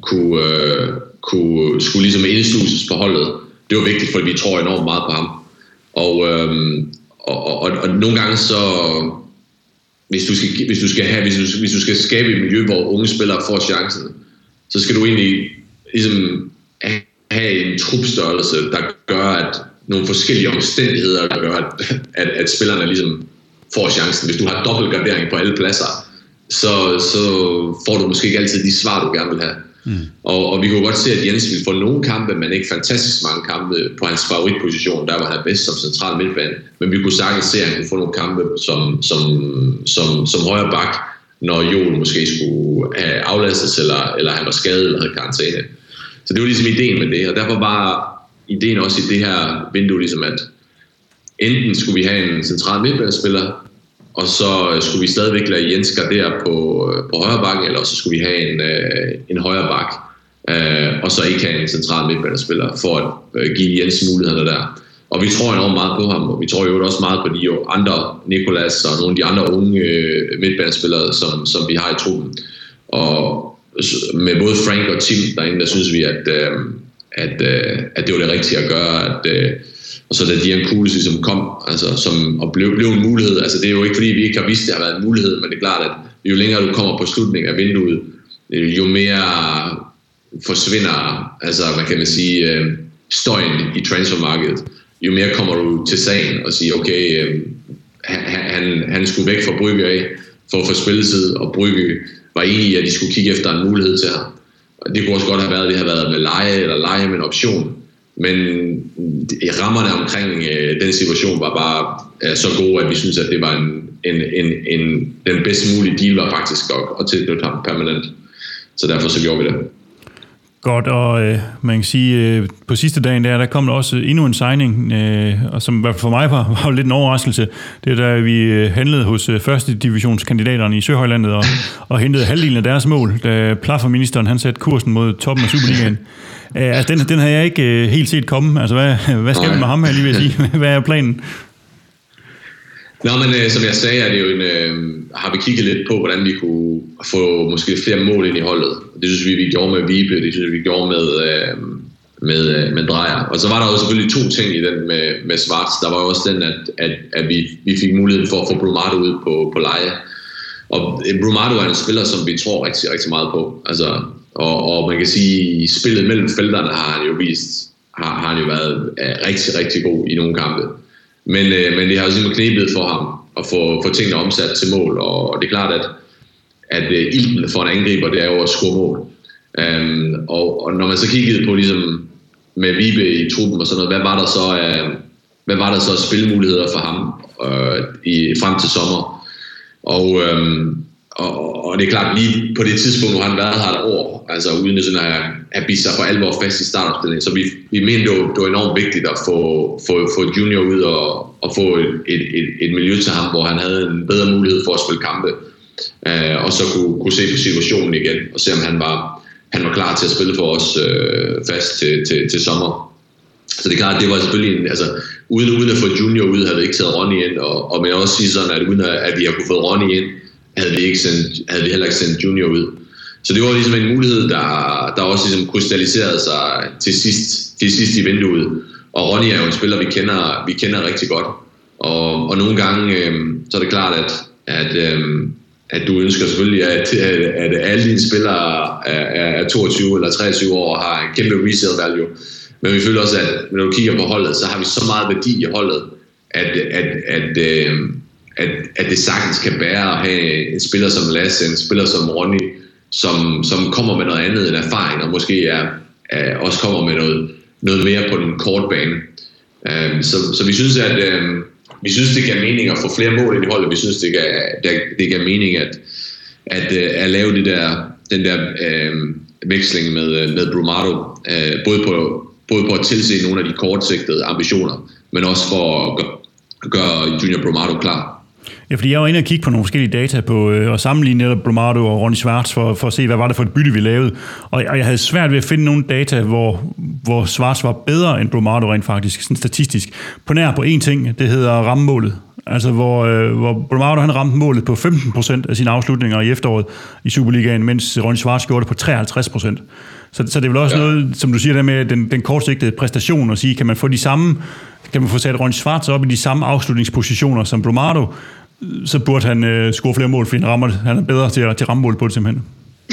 kunne, øh, kunne skulle ligesom indstuses på holdet. Det var vigtigt, fordi vi tror enormt meget på ham. Og, øh, og, og, og, og nogle gange så, hvis du skal, hvis du skal have, hvis du, hvis du skal skabe et miljø, hvor unge spillere får chancen, så skal du egentlig ligesom have en trupstørrelse, der gør, at nogle forskellige omstændigheder, der gør, at, at, at spillerne ligesom får chancen. Hvis du har dobbeltgardering på alle pladser, så, så får du måske ikke altid de svar, du gerne vil have. Mm. Og, og vi kunne godt se, at Jens ville få nogle kampe, men ikke fantastisk mange kampe på hans favoritposition, der var han bedst som central midtbane. Men vi kunne sagtens se, at han kunne få nogle kampe som, som, som, som højre bak, når Joel måske skulle have aflastet, eller, eller han var skadet eller havde karantæne. Så det var ligesom ideen med det, og derfor var ideen også i det her vindue ligesom, at enten skulle vi have en central midtbanespiller, og så skulle vi stadigvæk lade Jens gardere på, på højre bakke, eller så skulle vi have en, en højre bak, og så ikke have en central midtbanespiller, for at give Jens mulighederne der. Og vi tror enormt meget på ham, og vi tror jo også meget på de jo andre, Nicolas og nogle af de andre unge midtbanespillere, som, som vi har i truppen. Og med både Frank og Tim derinde, der synes vi, at, at, at det var det rigtige at gøre, at og så da Dian Kulis ligesom kom, altså, som, og blev, blev en mulighed. Altså det er jo ikke fordi, vi ikke har vidst, at det har været en mulighed, men det er klart, at jo længere du kommer på slutningen af vinduet, jo mere forsvinder, altså hvad kan man sige, støjen i transfermarkedet. Jo mere kommer du til sagen og siger, okay, han, han skulle væk fra Brygge af for at få spilletid, og Brygge var enige i, at de skulle kigge efter en mulighed til ham. Og det kunne også godt have været, at det havde været med leje eller leje med en option. Men rammerne omkring øh, den situation var bare øh, så gode, at vi synes, at det var en, en, en, en, den bedst mulige deal var faktisk at, at tilknytte ham permanent. Så derfor så gjorde vi det. Godt, og øh, man kan sige, øh, på sidste dagen der, der kom der også endnu en signing, øh, og som for mig var, var lidt en overraskelse. Det er da vi øh, handlede hos øh, første divisionskandidaterne i Søhøjlandet og, og hentede halvdelen af deres mål, da plafferministeren han satte kursen mod toppen af Superligaen. Øh, altså, den, den havde jeg ikke øh, helt set komme. Altså, hvad, hvad skal Nej. vi med ham her, lige vil jeg sige? Hvad er planen? Nå, men øh, som jeg sagde, er det jo en, øh, har vi kigget lidt på, hvordan vi kunne få måske flere mål ind i holdet. Det synes vi, vi gjorde med Vibe, det synes vi, vi gjorde med, øh, med, øh, med Drejer. Og så var der jo selvfølgelig to ting i den med, med Schwarz. Der var jo også den, at, at, at vi, vi fik muligheden for at få Brumado ud på, på leje. Og Brumado er en spiller, som vi tror rigtig, rigtig meget på. Altså, og, og man kan sige, i spillet mellem felterne har han jo vist, har, har han jo været uh, rigtig, rigtig god i nogle kampe. Men, øh, men det har jo simpelthen knebet for ham at få, få tingene omsat til mål, og, og det er klart, at, at øh, ilten for en angriber, det er jo at score mål. Um, og, og når man så kiggede på ligesom med Vibe i truppen og sådan noget, hvad var der så af, hvad var der så af spilmuligheder for ham øh, i, frem til sommer? Og, øhm, og, og det er klart, lige på det tidspunkt, hvor han været her et år, altså uden sådan at have bidt sig for alvor fast i startopstillingen, så vi, vi mente, det var, det var enormt vigtigt at få, få, få Junior ud og, og få et, et, et, et miljø til ham, hvor han havde en bedre mulighed for at spille kampe, øh, og så kunne, kunne se på situationen igen, og se om han var, han var klar til at spille for os øh, fast til, til, til sommer. Så det er klart, det var selvfølgelig en, altså uden, uden at få Junior ud, havde vi ikke taget Ronny ind, og, og men også sige sådan, at uden at, at vi har kunne få Ronny ind, havde vi, ikke sendt, havde vi heller ikke sendt Junior ud. Så det var ligesom en mulighed, der, der også ligesom krystalliserede sig til sidst, til sidst i vinduet. Og Ronny er jo en spiller, vi kender, vi kender rigtig godt. Og, og nogle gange, øhm, så er det klart, at, at, øhm, at du ønsker selvfølgelig, at, at, at alle dine spillere er, er toogtyve eller treogtyve år og har en kæmpe resale value. Men vi føler også, at når du kigger på holdet, så har vi så meget værdi i holdet, at, at, at, at, at, at det sagtens kan bære at have en spiller som Lasse, en spiller som Ronny, som, som kommer med noget andet end erfaring, og måske er, er, også kommer med noget, noget mere på den korte bane. Um, så, så vi synes, at um, vi synes, det gav mening at få flere mål ind i holdet. Vi synes, det gav, det, det gav mening at, at, at lave det der, den der um, veksling med, med Brumado, uh, både på både på at tilse nogle af de kortsigtede ambitioner, men også for at gøre Junior Brumado klar. Ja, fordi jeg var inde og kigge på nogle forskellige data på øh, og sammenligne netop Brumado og Ronny Schwarz for, for at se, hvad var det for et bytte, vi lavede. Og, og jeg havde svært ved at finde nogle data, hvor, hvor Schwarz var bedre end Brumado rent faktisk, sådan statistisk. På nær på én ting, det hedder rammemålet. Altså, hvor, øh, hvor Brumado, han ramte målet på femten procent af sine afslutninger i efteråret i Superligaen, mens Ronny Schwartz gjorde det på treoghalvtreds procent. Så, så det er vel også ja. noget, som du siger der med den, den kortsigtede præstation, at sige, kan man få de samme, kan man få sat Ronny Schwartz op i de samme afslutningspositioner som Brumado, så burde han øh, score flere mål, fordi han, rammer, han er bedre til at, til at ramme mål på det simpelthen.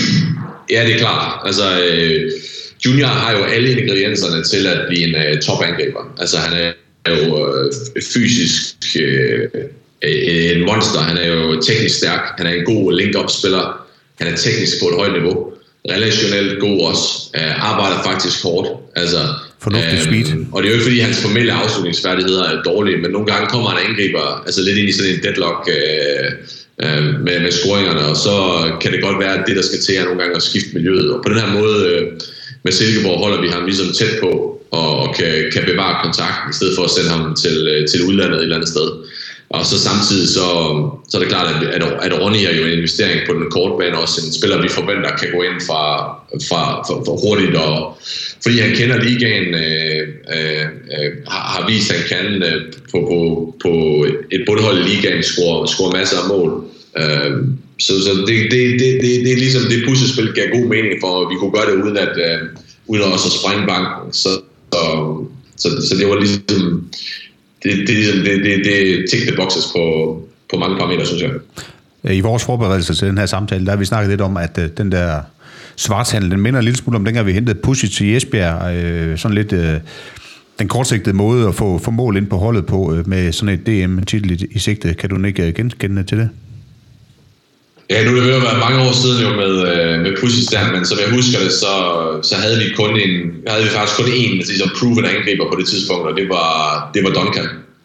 Ja, det er klart. Altså, øh, Junior har jo alle ingredienserne til at blive en øh, top-angriber. Altså, han er jo øh, fysisk øh, en monster. Han er jo teknisk stærk. Han er en god link-up-spiller. Han er teknisk på et højt niveau. Relationelt god også. Øh, arbejder faktisk hårdt. Altså, fornuftig øh, speed. Og det er jo ikke fordi hans formelle afslutningsfærdigheder er dårlige, men nogle gange kommer han angriber altså lidt ind i sådan en deadlock øh, øh, med, med scoringerne, og så kan det godt være, at det der skal til er nogle gange at skifte miljøet. Og på den her måde øh, med Silkeborg holder vi ham ligesom tæt på og, og kan, kan bevare kontakten i stedet for at sende ham til, til udlandet et eller andet sted. Og så samtidig så, så er det klart, at, at, at Ronny er jo en investering på den korte bane, også en spiller, vi forventer kan gå ind fra, fra, fra, fra hurtigt, og fordi han kender ligaen, øh, øh, har, har vist, at han kan øh, på, på, på et bundhold i ligaen score, score masser af mål. Øh, så så det, det, det, det, det er ligesom det puslespil gav god mening for, at vi kunne gøre det uden at, øh, uden også at sprænge banken. Så, så, så, så det var ligesom Det, det, det, det, det tick the boxes på, på mange parametre, synes jeg. I vores forberedelse til den her samtale, der har vi snakket lidt om, at uh, den der Schwartz-handel, den minder en lille smule om dengang vi hentede Pusic til Esbjerg. Uh, sådan lidt uh, den kortsigtede måde at få, få mål ind på holdet på, uh, med sådan et D M-titel i, i sigte. Kan du ikke uh, genkende til det? Ja, nu er det ved at være mange år siden jo med, øh, med Pusic der, men som jeg husker det, så, så havde vi kun en, havde vi faktisk kun en ligesom proven angriber på det tidspunkt, og det var, det var Duncan.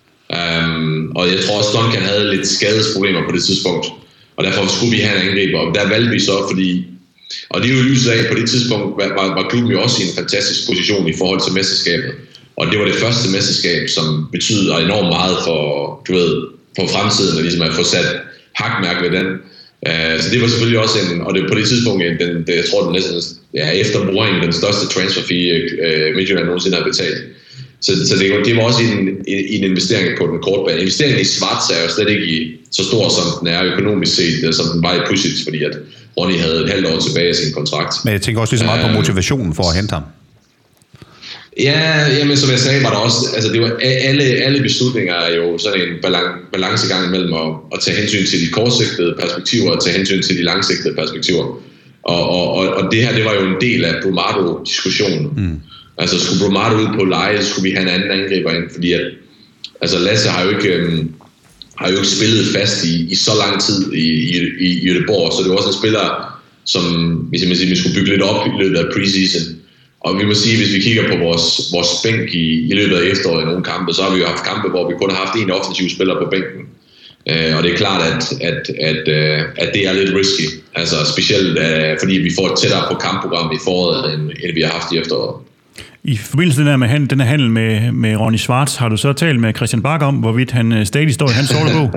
Um, og jeg tror også, Duncan havde lidt skadesproblemer på det tidspunkt, og derfor skulle vi have en angriber, og der valgte vi så, fordi, og det er jo lyset af, på det tidspunkt var, var klubben jo også i en fantastisk position i forhold til mesterskabet, og det var det første mesterskab, som betyder enormt meget for, du ved, for fremtiden, og ligesom at få sat hakmærke ved den. Uh, så det var selvfølgelig også en, og det på det tidspunkt, den, det, jeg tror den næsten, ja, efter boringen, den største transfer fee, uh, Midtjylland nogensinde har betalt. Så, så det, det var også en, en, en investering på den korte bane. Investeringen i Schwartz er jo slet ikke i, så stor, som den er økonomisk set, som den var i Pusic, fordi at Ronny havde et halvt år tilbage af sin kontrakt. Men jeg tænker også lige så meget uh, på motivationen for at hente ham. Ja, jamen, som jeg sagde, var der også, altså det var alle, alle beslutninger er jo sådan en balancegang mellem at, at tage hensyn til de kortsigtede perspektiver og tage hensyn til de langsigtede perspektiver. Og, og, og, og det her, det var jo en del af Brumado-diskussionen. Mm. Altså skulle Brumado ud på leje, så skulle vi have en anden angriber ind, fordi at, altså Lasse har jo ikke, um, har jo ikke spillet fast i, i så lang tid i, i, i Göteborg, så det var også en spiller, som hvis jeg siger, vi skulle bygge lidt op i løbet af preseason. Og vi må sige, hvis vi kigger på vores, vores bænk i, i løbet af efteråret i nogle kampe, så har vi jo haft kampe, hvor vi kun har haft en offensiv spiller på bænken. Uh, og det er klart, at, at, at, uh, at det er lidt risky. Altså specielt uh, fordi vi får et tættere på kampprogrammet i foråret, end, end vi har haft i efteråret. I forbindelse med, med den her handel med, med Ronny Schwartz, har du så talt med Christian Bak om, hvorvidt han stadig står i hans sortebog?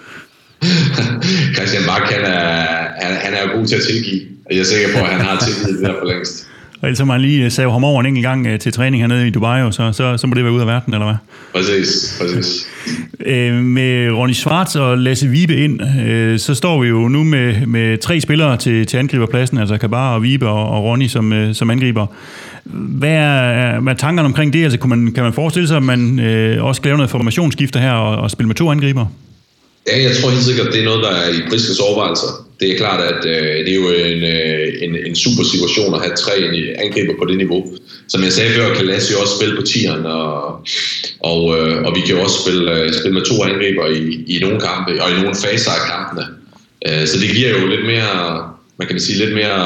Christian Bak, han er, han, han er jo god til at tilgive. Jeg er sikker på, at han har tilgivet det der for længst. Og ellers har man lige save ham over en enkelt gang til træning hernede i Dubai, og så, så, så må det være ud af verden, eller hvad? Præcis, præcis. Øh, med Ronny Schwartz og Lasse Vibe ind, øh, så står vi jo nu med, med tre spillere til, til angriberpladsen, altså Kabar og Vibe og, og Ronny som, øh, som angriber. Hvad er, hvad er tankerne omkring det? Altså, kunne man, kan man forestille sig, at man øh, også skal lave noget formationsskifter her og, og spille med to angriber? Ja, jeg tror helt sikkert, at det er noget, der er i Priskes overvejelser. Det er klart, at øh, det er jo en, øh, en, en super situation at have tre angriber på det niveau. Som jeg sagde før, kan Lasse jo også spille på tieren, og, og, øh, og vi kan jo også spille, øh, spille med to angriber i, i nogle kampe, og i nogle faser af kampene. Øh, så det giver jo lidt mere, man kan sige, lidt mere,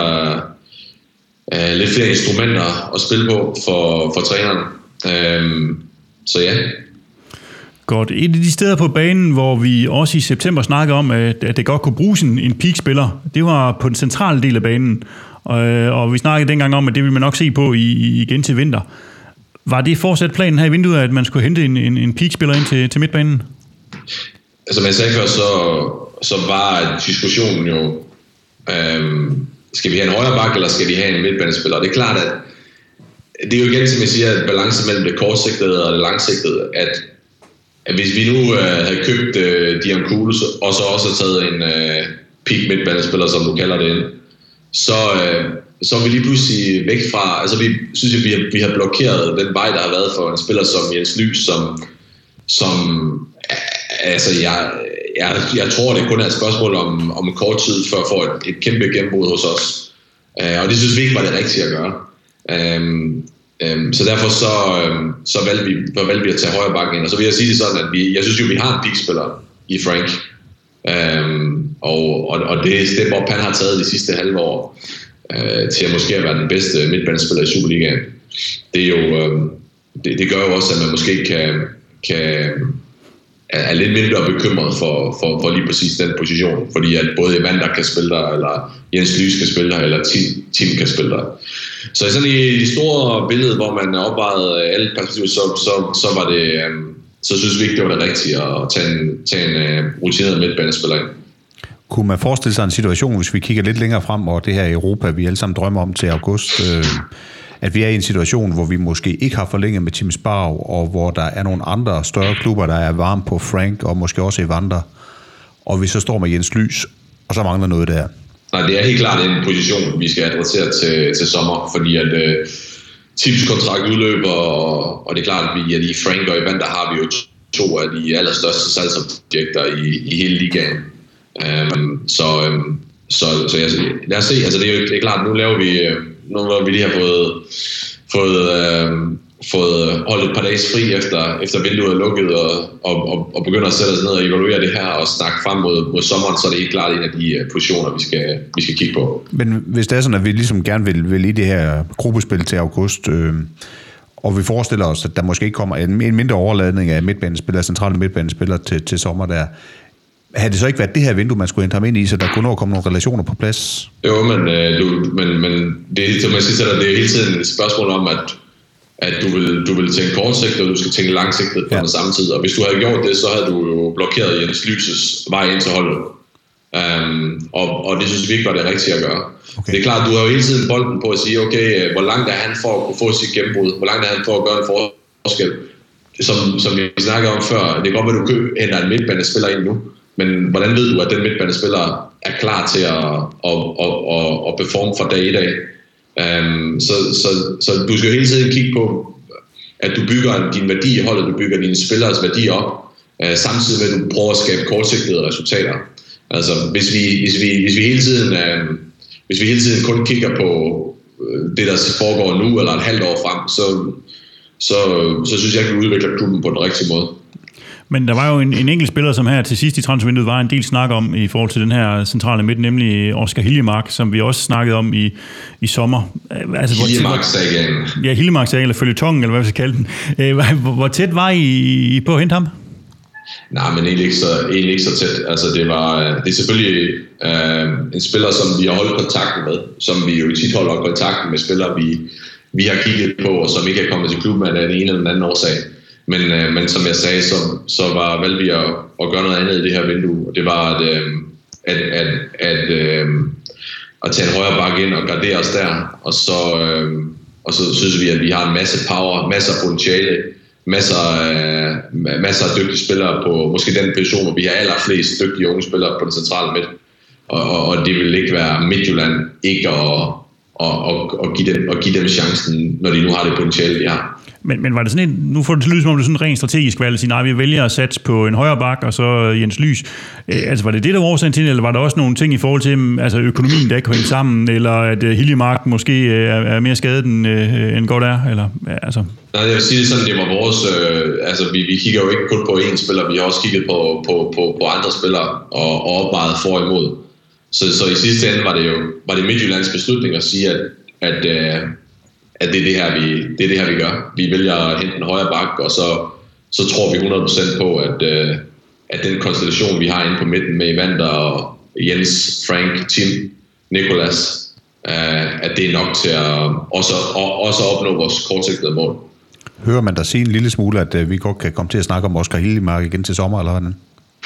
øh, lidt flere instrumenter at spille på for, for træneren. Øh, så ja. Godt. Et af de steder på banen, hvor vi også i september snakkede om, at det godt kunne bruges en, en peak-spiller, det var på den centrale del af banen. Og, og vi snakkede dengang om, at det ville man nok se på i, igen til vinter. Var det fortsat planen her i vinduet, at man skulle hente en, en, en peak-spiller ind til, til midtbanen? Altså, som jeg sagde før, så, så var diskussionen jo, øhm, skal vi have en højre bak, eller skal vi have en midtbanespiller? Det er klart, at det er jo igen, som jeg siger, at balance mellem det kortsigtede og det langsigtede, at at hvis vi nu øh, havde købt øh, Dion Kules, og så også taget en øh, peak midtbanespiller, som du kalder det ind, så, øh, så er vi lige pludselig væk fra, altså vi synes, at vi har, vi har blokeret den vej, der har været for en spiller som Jens Lys, som, som altså jeg, jeg, jeg tror, det kun er et spørgsmål om, om en kort tid, for at få et, et kæmpe gennembrud hos os. Uh, og det synes vi ikke var det rigtige at gøre. Um, um, så derfor så, um, så, valgte vi, så valgte vi at tage højre bakken ind. Og så vil jeg sige det sådan, at vi, jeg synes jo, vi har en peakspiller i Frank. Um, og, og, og det er step up, han har taget de sidste halve år uh, til at måske være den bedste midtbanespiller i Superligaen. Det er jo, um, det, det gør jo også, at man måske kan, kan er lidt mindre bekymret for, for, for lige præcis den position, fordi at både Evander kan spille der, eller Jens Lys kan spille der, eller Tim, Tim kan spille der. Så sådan i det store billede, hvor man opvejede alle perspektiver, så, så, så var det, så synes vi ikke, det var det rigtige at tage en, tage en uh, rutineret midtbanespiller ind. Kunne man forestille sig en situation, hvis vi kigger lidt længere frem, og det her Europa, vi alle sammen drømmer om til august, øh, at vi er i en situation, hvor vi måske ikke har forlænget med Tim Sparrow, og hvor der er nogle andre større klubber, der er varme på Frank, og måske også Evander, og vi så står med Jens Lys, og så mangler noget der. Nej, det er helt klart en position, vi skal adressere til, til sommer, fordi at øh, Tims kontrakt udløber, og, og det er klart, at, vi, at i Frank og Evander har vi jo to af de allerstørste salgsobjekter i, i hele ligaen. Um, så, um, så, så jeg, lad os se, altså det er jo det er klart, nu laver vi, nu hvor vi lige har fået, fået, um, fået holdt et par dages fri efter, efter vinduet er lukket, og, og, og, og begynder at sætte os ned og evaluere det her og snakke frem mod, mod sommeren, så er det helt klart en af de positioner, vi skal, vi skal kigge på. Men hvis det er sådan, at vi ligesom gerne vil, vil i det her gruppespil til august, øh, og vi forestiller os, at der måske ikke kommer en, en mindre overladning af midtbanespillere, centrale midtbanespillere til, til sommer der, havde det så ikke været det her vindue, man skulle hente ham ind i, så der kunne nå at komme nogle relationer på plads? Jo, men, øh, du, men, men det, som jeg siger, det er hele tiden et spørgsmål om, at, at du, vil, du vil tænke kortsigtet, og du skal tænke langsigtet på ja. den samme tid. Og hvis du havde gjort det, så havde du jo blokeret Jens Lys' vej ind til holdet. Um, og, og det synes vi ikke var det rigtige at gøre. Okay. Det er klart, du har jo hele tiden bolden på at sige, okay, hvor langt er han for at kunne få sit gennembrud? Hvor langt er han for at gøre en forskel? Som, som vi snakkede om før, det er godt, at du henter en midtbanespiller ind nu. Men hvordan ved du, at den midtbanespiller er klar til at, at, at, at, at performe fra dag i dag? Um, så, så, så du skal hele tiden kigge på, at du bygger din værdi i holdet, du bygger dine spillers værdi op, uh, samtidig med, at du prøver at skabe kortsigtede resultater. Altså, hvis vi, hvis vi, hvis vi hele tiden, uh, hvis vi hele tiden kun kigger på uh, det, der foregår nu, eller et halvt år frem, så, så, så synes jeg ikke, vi udvikler klubben på den rigtige måde. Men der var jo en, en enkelt spiller, som her til sidst i transfervinduet var en del snak om i forhold til den her centrale midt, nemlig Oscar Hiljemark, som vi også snakkede om i, i sommer. Altså, Hiljemark-sagen. Ja, Hiljemark-sagen, eller føljetongen, eller hvad vi skal kalde den. Hvor, hvor tæt var I, I på at hente ham? Nej, men egentlig ikke så, egentlig ikke så tæt. Altså, det, var, det er selvfølgelig øh, en spiller, som vi har holdt kontakten med, som vi jo tit holder kontakten med spillere, vi, vi har kigget på, og som ikke er kommet til klubben af den ene eller den anden årsag. Men, øh, men som jeg sagde, så, så var valgte vi at, at gøre noget andet i det her vindue. Og det var at, øh, at, at, at, øh, at tage en højre bakke ind og gardere os der. Og så, øh, og så synes vi, at vi har en masse power, masser af potentiale, masser, øh, masser af dygtige spillere på måske den position, hvor vi har allerflest dygtige unge spillere på den centrale midt. Og, og, og det vil ikke være Midtjylland ikke at, at, at, at, give dem, at give dem chancen, når de nu har det potentiale, de har. Men, men var det sådan en, nu får det til lyd, som om det er sådan en rent strategisk valg at sige, nej, vi vælger at satse på en højre bak, og så Jens Lys. Øh, altså var det det, der var årsagen til, eller var der også nogle ting i forhold til altså økonomien, der ikke kunne hænge sammen, eller at uh, Hiljemark måske er, er mere skadet, end, uh, end godt er? Eller, altså. Nej, jeg vil sige det sådan, det var vores, øh, altså vi, vi kigger jo ikke kun på én spiller, vi har også kigget på, på, på, på andre spillere, og, og opvejet for og imod. Så, så i sidste ende var det jo var det Midtjyllands beslutning at sige, at, at øh, at det er det her vi det er det her vi gør. Vi vælger at hente en højre bak, og så så tror vi hundrede procent på at øh, at den konstellation vi har inde på midten med Evander og Jens, Frank, Tim, Nicolas, øh, at det er nok til at også og, også opnå vores kortsigtede mål. Hører man dig sige en lille smule, at øh, vi godt kan komme til at snakke om Oscar Hiljemark igen til sommer, eller hvordan?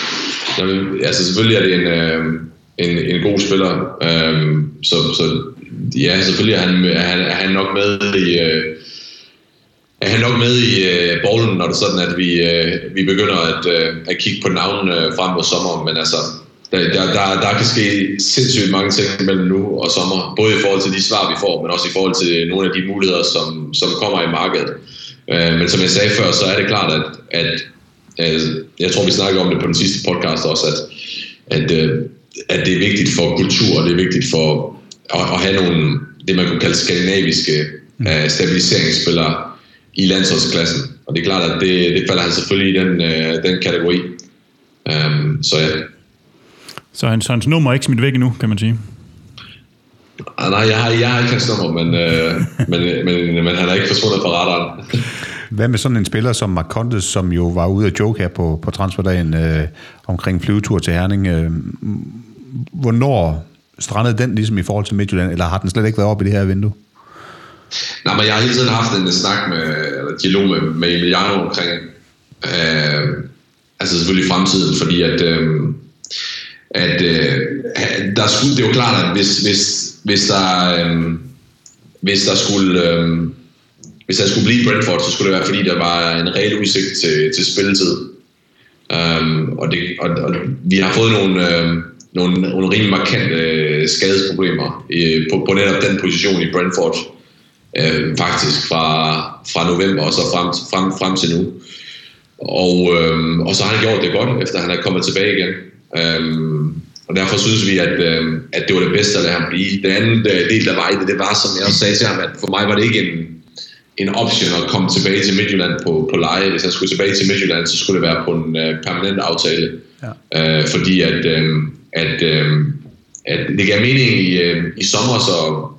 Jamen, altså selvfølgelig er det en øh, en en god spiller, øh, så så ja, selvfølgelig er han, er han, er han nok med i, øh, er han nok med i øh, bolden, når det er sådan, at vi, øh, vi begynder at, øh, at kigge på navnen øh, frem mod sommeren. Men altså, der, der, der, der kan ske sindssygt mange ting mellem nu og sommer. Både i forhold til de svar, vi får, men også i forhold til nogle af de muligheder, som, som kommer i markedet. Øh, men som jeg sagde før, så er det klart, at, at øh, jeg tror, vi snakker om det på den sidste podcast også, at, at, øh, at det er vigtigt for kultur, og det er vigtigt for at, at have nogle, det man kunne kalde skandinaviske øh, stabiliseringsspillere i landsholdsklassen. Og det er klart, at det, det falder han selvfølgelig i den, øh, den kategori. Um, så ja. Så hans, hans nummer er ikke smidt væk endnu, kan man sige? Ah, nej, jeg har, jeg har ikke hans nummer, men, øh, men, men, men han er ikke forsvundet fra radaren. Hvad med sådan en spiller som Marcondes, som jo var ude at joke her på, på transferdagen øh, omkring flyvetur til Herning? Øh, hvornår strandede den ligesom i forhold til Midtjylland, eller har den slet ikke været oppe i det her vindue? Nej, men jeg har hele tiden haft en snak med, eller dialog med, med Emiliano omkring, øh, altså selvfølgelig fremtiden, fordi at, øh, at øh, der skulle, det er jo klart, at hvis, hvis, hvis der, øh, hvis der skulle, øh, hvis der skulle blive Brentford, så skulle det være, fordi der var en reel udsigt til, til spilletid. Um, og, det, og, og vi har fået nogle, øh, nogle, nogle rimelig markante øh, skadesproblemer øh, på, på netop den position i Brentford. Øh, faktisk fra, fra november og så frem, frem, frem til nu. Og, øh, og så har han gjort det godt, efter han er kommet tilbage igen. Øh, og derfor synes vi, at, øh, at det var det bedste at lade ham blive. Den anden del, der var i det, det var, som jeg også sagde til ham, at for mig var det ikke en, en option at komme tilbage til Midtjylland på, på leje. Hvis han skulle tilbage til Midtjylland, så skulle det være på en øh, permanent aftale. Ja. Øh, fordi at, øh, at, øh, at det gav mening i, øh, i sommer, så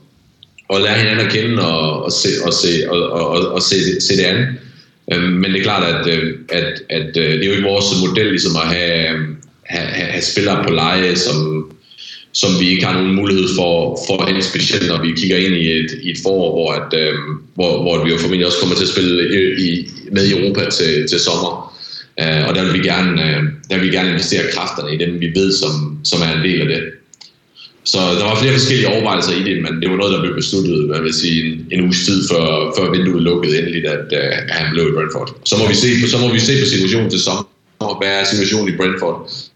og lære hinanden at kende og, og, se, og, se, og, og, og se, se det andet. Øhm, men det er klart, at, at, at, at det er jo ikke vores model ligesom at have, have, have spillere på leje, som, som vi ikke har nogen mulighed for, for at hente, specielt når vi kigger ind i et, i et forår, hvor, at, øhm, hvor, hvor vi jo formentlig også kommer til at spille i, i, med i Europa til, til sommer. Øh, og der vil, vi gerne, der vil vi gerne investere kræfterne i dem, vi ved, som, som er en del af det. Så der var flere forskellige overvejelser i det, men det var noget, der blev besluttet, hvad vil sige, en, en uges tid før, før vinduet lukkede endeligt, at, at han blev i Brentford. Så må vi se på, så må vi se på situationen til sommer. Hvad er situationen i Brentford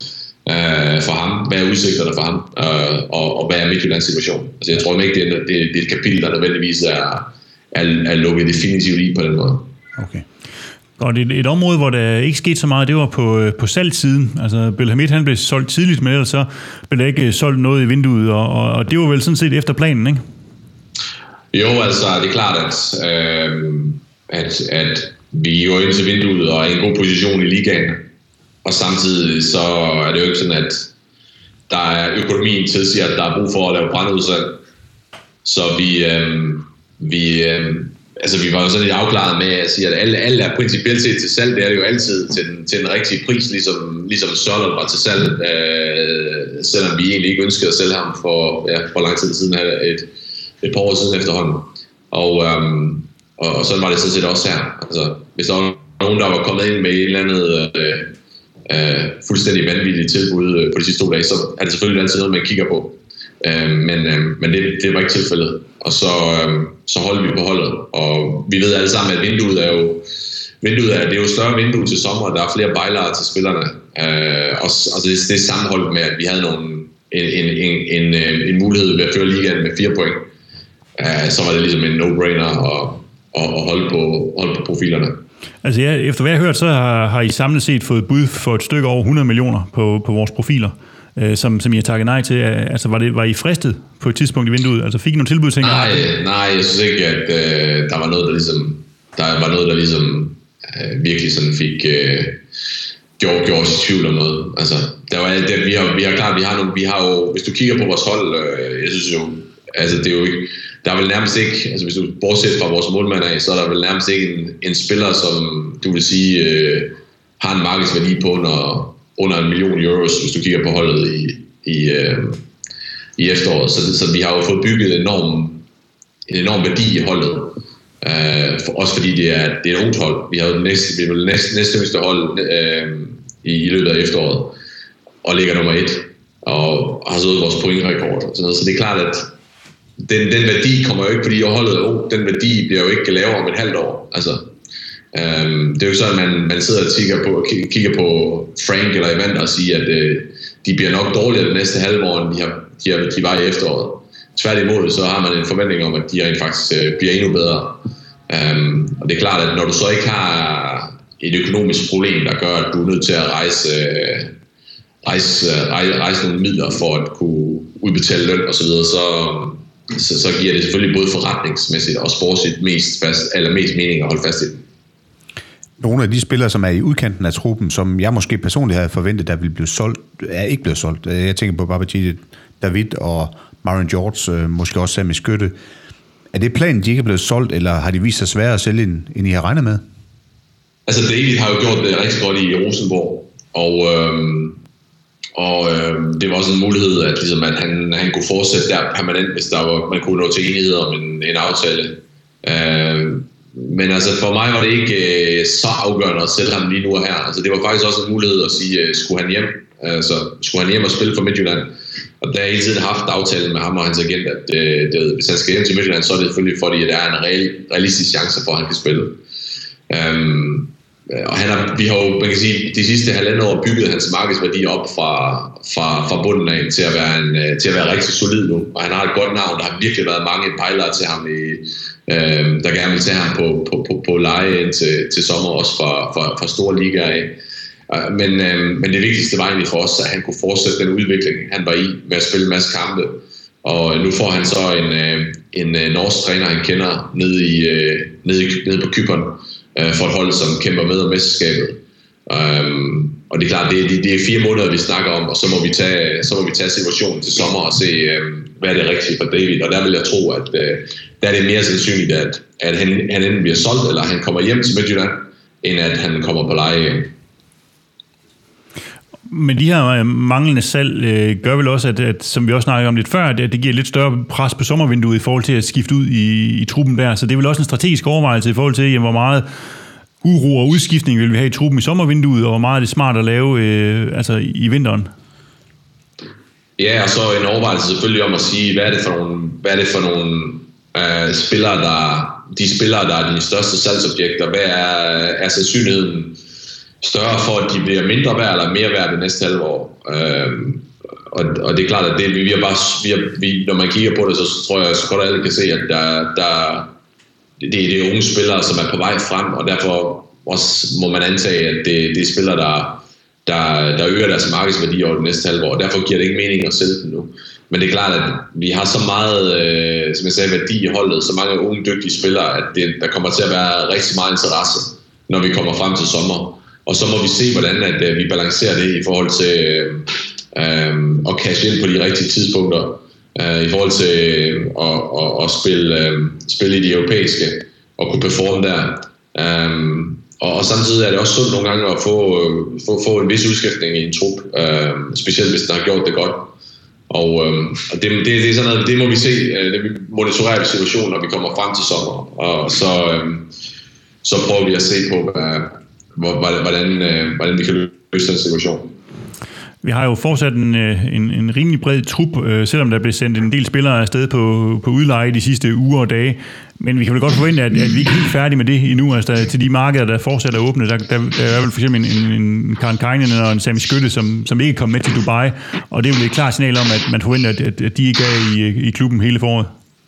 uh, for ham? Hvad er udsigterne for ham? Uh, og, og hvad er Midtjyllands situation? Altså, jeg tror ikke, det er, det, det er et kapitel, der nødvendigvis er, er, er lukket definitivt i på den måde. Okay. Og et, et område, hvor der ikke skete så meget, det var på, på salgssiden. Altså, Belhamid, han blev solgt tidligt, men ellers så blev der ikke solgt noget i vinduet, og, og, og det var vel sådan set efter planen, ikke? Jo, altså, det er klart, at, øh, at, at vi går ind til vinduet og er i en god position i ligaen, og samtidig så er det jo ikke sådan, at der er økonomien tilsiger, at der er brug for at lave brandudsalg. Så vi... Øh, vi øh, Altså, vi var jo sådan lidt afklaret med at sige, at alle, alle er principielt set til salg. Det er det jo altid til den, til den rigtige pris, ligesom, ligesom Sørloth var til salg, øh, selvom vi egentlig ikke ønskede at sælge ham for, ja, for lang tid siden, et, et par år siden efterhånden. Og, øhm, og, og sådan var det sådan set også her. Altså, hvis der var nogen, der var kommet ind med et eller andet øh, øh, fuldstændig vanvittigt tilbud på de sidste to dage, så er det selvfølgelig altid noget, man kigger på. Øh, men øh, men det, det var ikke tilfældet. Og så, øh, så holder vi på holdet. Og vi ved alle sammen, at vinduet er jo, vinduet er, det er jo større vindue til sommer, og der er flere bejlere til spillerne. Øh, og og det, det er sammenholdt med, at vi havde nogle, en, en, en, en, en mulighed ved at føre ligaen med fire point. Øh, så var det ligesom en no-brainer at, at, at holde, på, holde på profilerne. Altså ja, efter hvad jeg har hørt, så har, har I samlet set fået bud for et stykke over hundrede millioner på, på vores profiler. Som, som I har takket nej til. Altså, var, det, var I fristet på et tidspunkt i vinduet? Altså, fik I nogle tilbud, tænker Nej, nej, jeg synes ikke, at øh, der var noget, der ligesom, der var noget, der ligesom øh, virkelig sådan fik øh, gjort, gjort sig tvivl om noget. Altså, der var, der, vi har, vi har klart, vi har nogle, vi har jo, hvis du kigger på vores hold, øh, jeg synes jo, altså, det er jo ikke, der er vel nærmest ikke, altså, hvis du bortset fra vores målmand af, så er der vel nærmest ikke en, en spiller, som du vil sige, øh, har en markedsværdi på under under en million euros, hvis du kigger på holdet i, i, øh, i efteråret. Så, så vi har jo fået bygget en enorm, en enorm værdi i holdet. Øh, for, også fordi det er, det er et ungt hold. Vi har jo det næste, vi er det næste, næste yngste hold øh, i, i løbet af efteråret, og ligger nummer et, og har slået vores pointrekord. Så, så det er klart, at den, den værdi kommer jo ikke, fordi holdet er ung. Den værdi bliver jo ikke lavere om et halvt år. Altså, Um, det er jo sådan, at man, man sidder og kigger på, kigger på Frank eller Evander og siger, at uh, de bliver nok dårligere det næste halve år, end de, har, de, har, de var i efteråret. Tværtimod, så har man en forventning om, at de rent faktisk uh, bliver endnu bedre. Um, og det er klart, at når du så ikke har et økonomisk problem, der gør, at du er nødt til at rejse, uh, rejse, uh, rejse, rejse nogle midler for at kunne udbetale løn osv., så, så, så, så giver det selvfølgelig både forretningsmæssigt og sportsligt mest, fast, eller mest mening at holde fast i det. Nogle af de spillere, som er i udkanten af truppen, som jeg måske personligt havde forventet, der ville blive solgt, er ikke blevet solgt. Jeg tænker på Babajide, David og Marlon George, måske også Sami Skytte. Er det planen, de ikke er blevet solgt, eller har de vist sig sværere at sælge, end I har regnet med? Altså David har jo gjort det rigtig godt i Rosenborg, og, øhm, og øhm, det var også en mulighed, at, ligesom, at han, han kunne fortsætte der permanent, hvis der var, man kunne nå til enighed om en, en aftale. Øhm, Men altså for mig var det ikke øh, så afgørende at sælge ham lige nu og her. Altså det var faktisk også en mulighed at sige, øh, skulle han hjem? Altså skulle han hjem og spille for Midtjylland? Og der har hele tiden haft aftalen med ham og hans agent, at øh, det, hvis han skal hjem til Midtjylland, så er det selvfølgelig fordi, at der er en real, realistisk chance for, at han kan spille. Um, og han har, vi har jo, man kan sige, de sidste halvandet år bygget hans markedsværdi op fra, fra, fra bunden af til at, være en, til at være rigtig solid nu. Og han har et godt navn. Der har virkelig været mange pejlere til ham, i, øh, der gerne vil tage ham på, på, på, på leje ind til, til sommer, også fra, fra, fra store ligaer af. Men, øh, men det vigtigste var egentlig for os, at han kunne fortsætte den udvikling, han var i med at spille en masse kampe. Og nu får han så en, øh, en øh, norsk træner, han kender nede, i, øh, nede, i, nede på Cypern, for et hold, som kæmper med om mesterskabet. Um, og det er klart, det er, det er fire måneder, vi snakker om, og så må vi tage, så må vi tage situationen til sommer og se, um, hvad er det rigtige for David. Og der vil jeg tro, at uh, der er det mere sandsynligt, at, at han, han enten bliver solgt, eller han kommer hjem til Midtjylland, end at han kommer på leje hjem. Men de her manglende salg øh, gør vel også, at, at, som vi også snakkede om lidt før, at det giver lidt større pres på sommervinduet i forhold til at skifte ud i, i truppen der. Så det er vel også en strategisk overvejelse i forhold til, jamen, hvor meget uro og udskiftning vil vi have i truppen i sommervinduet, og hvor meget er det smart at lave øh, altså i vinteren? Ja, og så en overvejelse selvfølgelig om at sige, hvad er det for nogle, hvad er det for nogle øh, spillere, der, de spillere, der er de største salgsobjekter. Hvad er, er sandsynligheden større for, at de bliver mindre værd eller mere værd det næste halve år. Øhm, og, og det er klart, at det, vi har bare, vi har, vi, når man kigger på det, så tror jeg så godt, at alle kan se, at der, der, det, det er unge spillere, som er på vej frem, og derfor også må man antage, at det, det er spillere, der, der, der øger deres markedsværdi over det næste halve år. Derfor giver det ikke mening at sælge dem nu. Men det er klart, at vi har så meget, øh, som jeg sagde, værdi i holdet, så mange unge, dygtige spillere, at det, der kommer til at være rigtig meget interesse, når vi kommer frem til sommer. Og så må vi se, hvordan at, uh, vi balancerer det i forhold til uh, at cashe ind på de rigtige tidspunkter, uh, i forhold til uh, at, at, at spille, uh, spille i de europæiske og kunne performe der. Um, og, og samtidig er det også sundt nogle gange at få, uh, få, få en vis udskiftning i en trup, uh, specielt hvis den har gjort det godt. Og, uh, og det, det, det er sådan noget, det må vi se, uh, det vi monitorerer vi situationen, når vi kommer frem til sommer. Og så, uh, så prøver vi at se på, hvad Hvordan, hvordan vi kan løse den situation. Vi har jo fortsat en, en, en rimelig bred trup, selvom der blev sendt en del spillere afsted på, på udleje de sidste uger og dage. Men vi kan vel godt forvente, at, at vi ikke er helt færdige med det endnu. Altså der, til de markeder, der fortsat er åbne, der, der, der er vel for eksempel en, en, en Karen Kainen eller en Sami Skytte, som, som ikke kom med til Dubai. Og det er jo et klart signal om, at man forventer, at, at de ikke er i, i klubben hele foråret.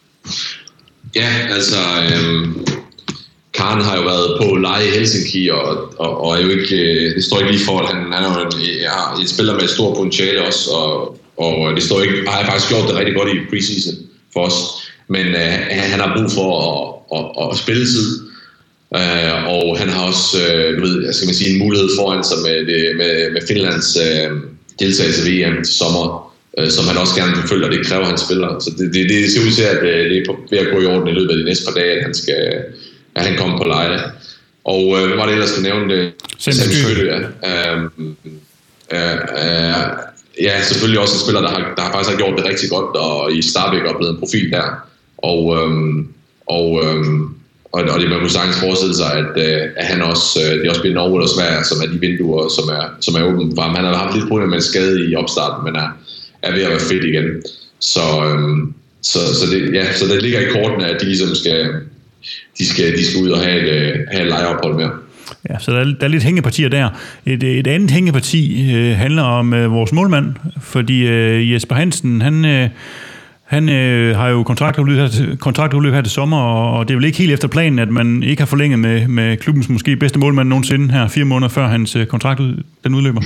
Ja, altså... Øhm Karen har jo været på leje i Helsinki, og, og, og er jo ikke, det står ikke lige for, at han, han er jo en, ja, en spiller med et stort potentiale også, og, og det står ikke, har faktisk gjort det rigtig godt i preseason for os, men uh, han har brug for at, at, at spille tid, uh, og han har også, uh, du ved, skal man sige, en mulighed foran sig med, det, med, med Finlands uh, deltagelse ved E M til sommer, uh, som han også gerne forfølger, og det kræver han spiller, så det, det, det ser ud til, at det er ved at gå i orden i løbet af de næste par dage, at han skal at han kom på leje. Og øh, hvad var det ellers, der nævnte det? Sami Skytte, ja. Um, uh, uh, ja, selvfølgelig også en spiller, der har, der har faktisk har gjort det rigtig godt, og i Starbæk er blevet en profil der. Og, um, og, um, og, og det man kunne sagtens forestille sig, at, uh, at han også, uh, det er også bliver Norge og Sverige, som er de vinduer, som er, som er åbent for ham. Han har haft lidt problemer med en skade i opstarten, men er, er ved at være fedt igen. Så, um, så, så, det, ja, så det ligger i kortene, at de ligesom skal de skal, de skal ud og have et, have et lejeophold mere. Ja, så der er, der er lidt hængepartier der. Et, et andet hængeparti øh, handler om øh, vores målmand, fordi øh, Jesper Hansen, han, øh, han øh, har jo kontraktudløb her, kontraktudløb her til sommer, og, og det er vel ikke helt efter planen, at man ikke har forlænget med, med klubbens måske bedste målmand nogensinde her, fire måneder før hans øh, kontrakt ud, den udløber.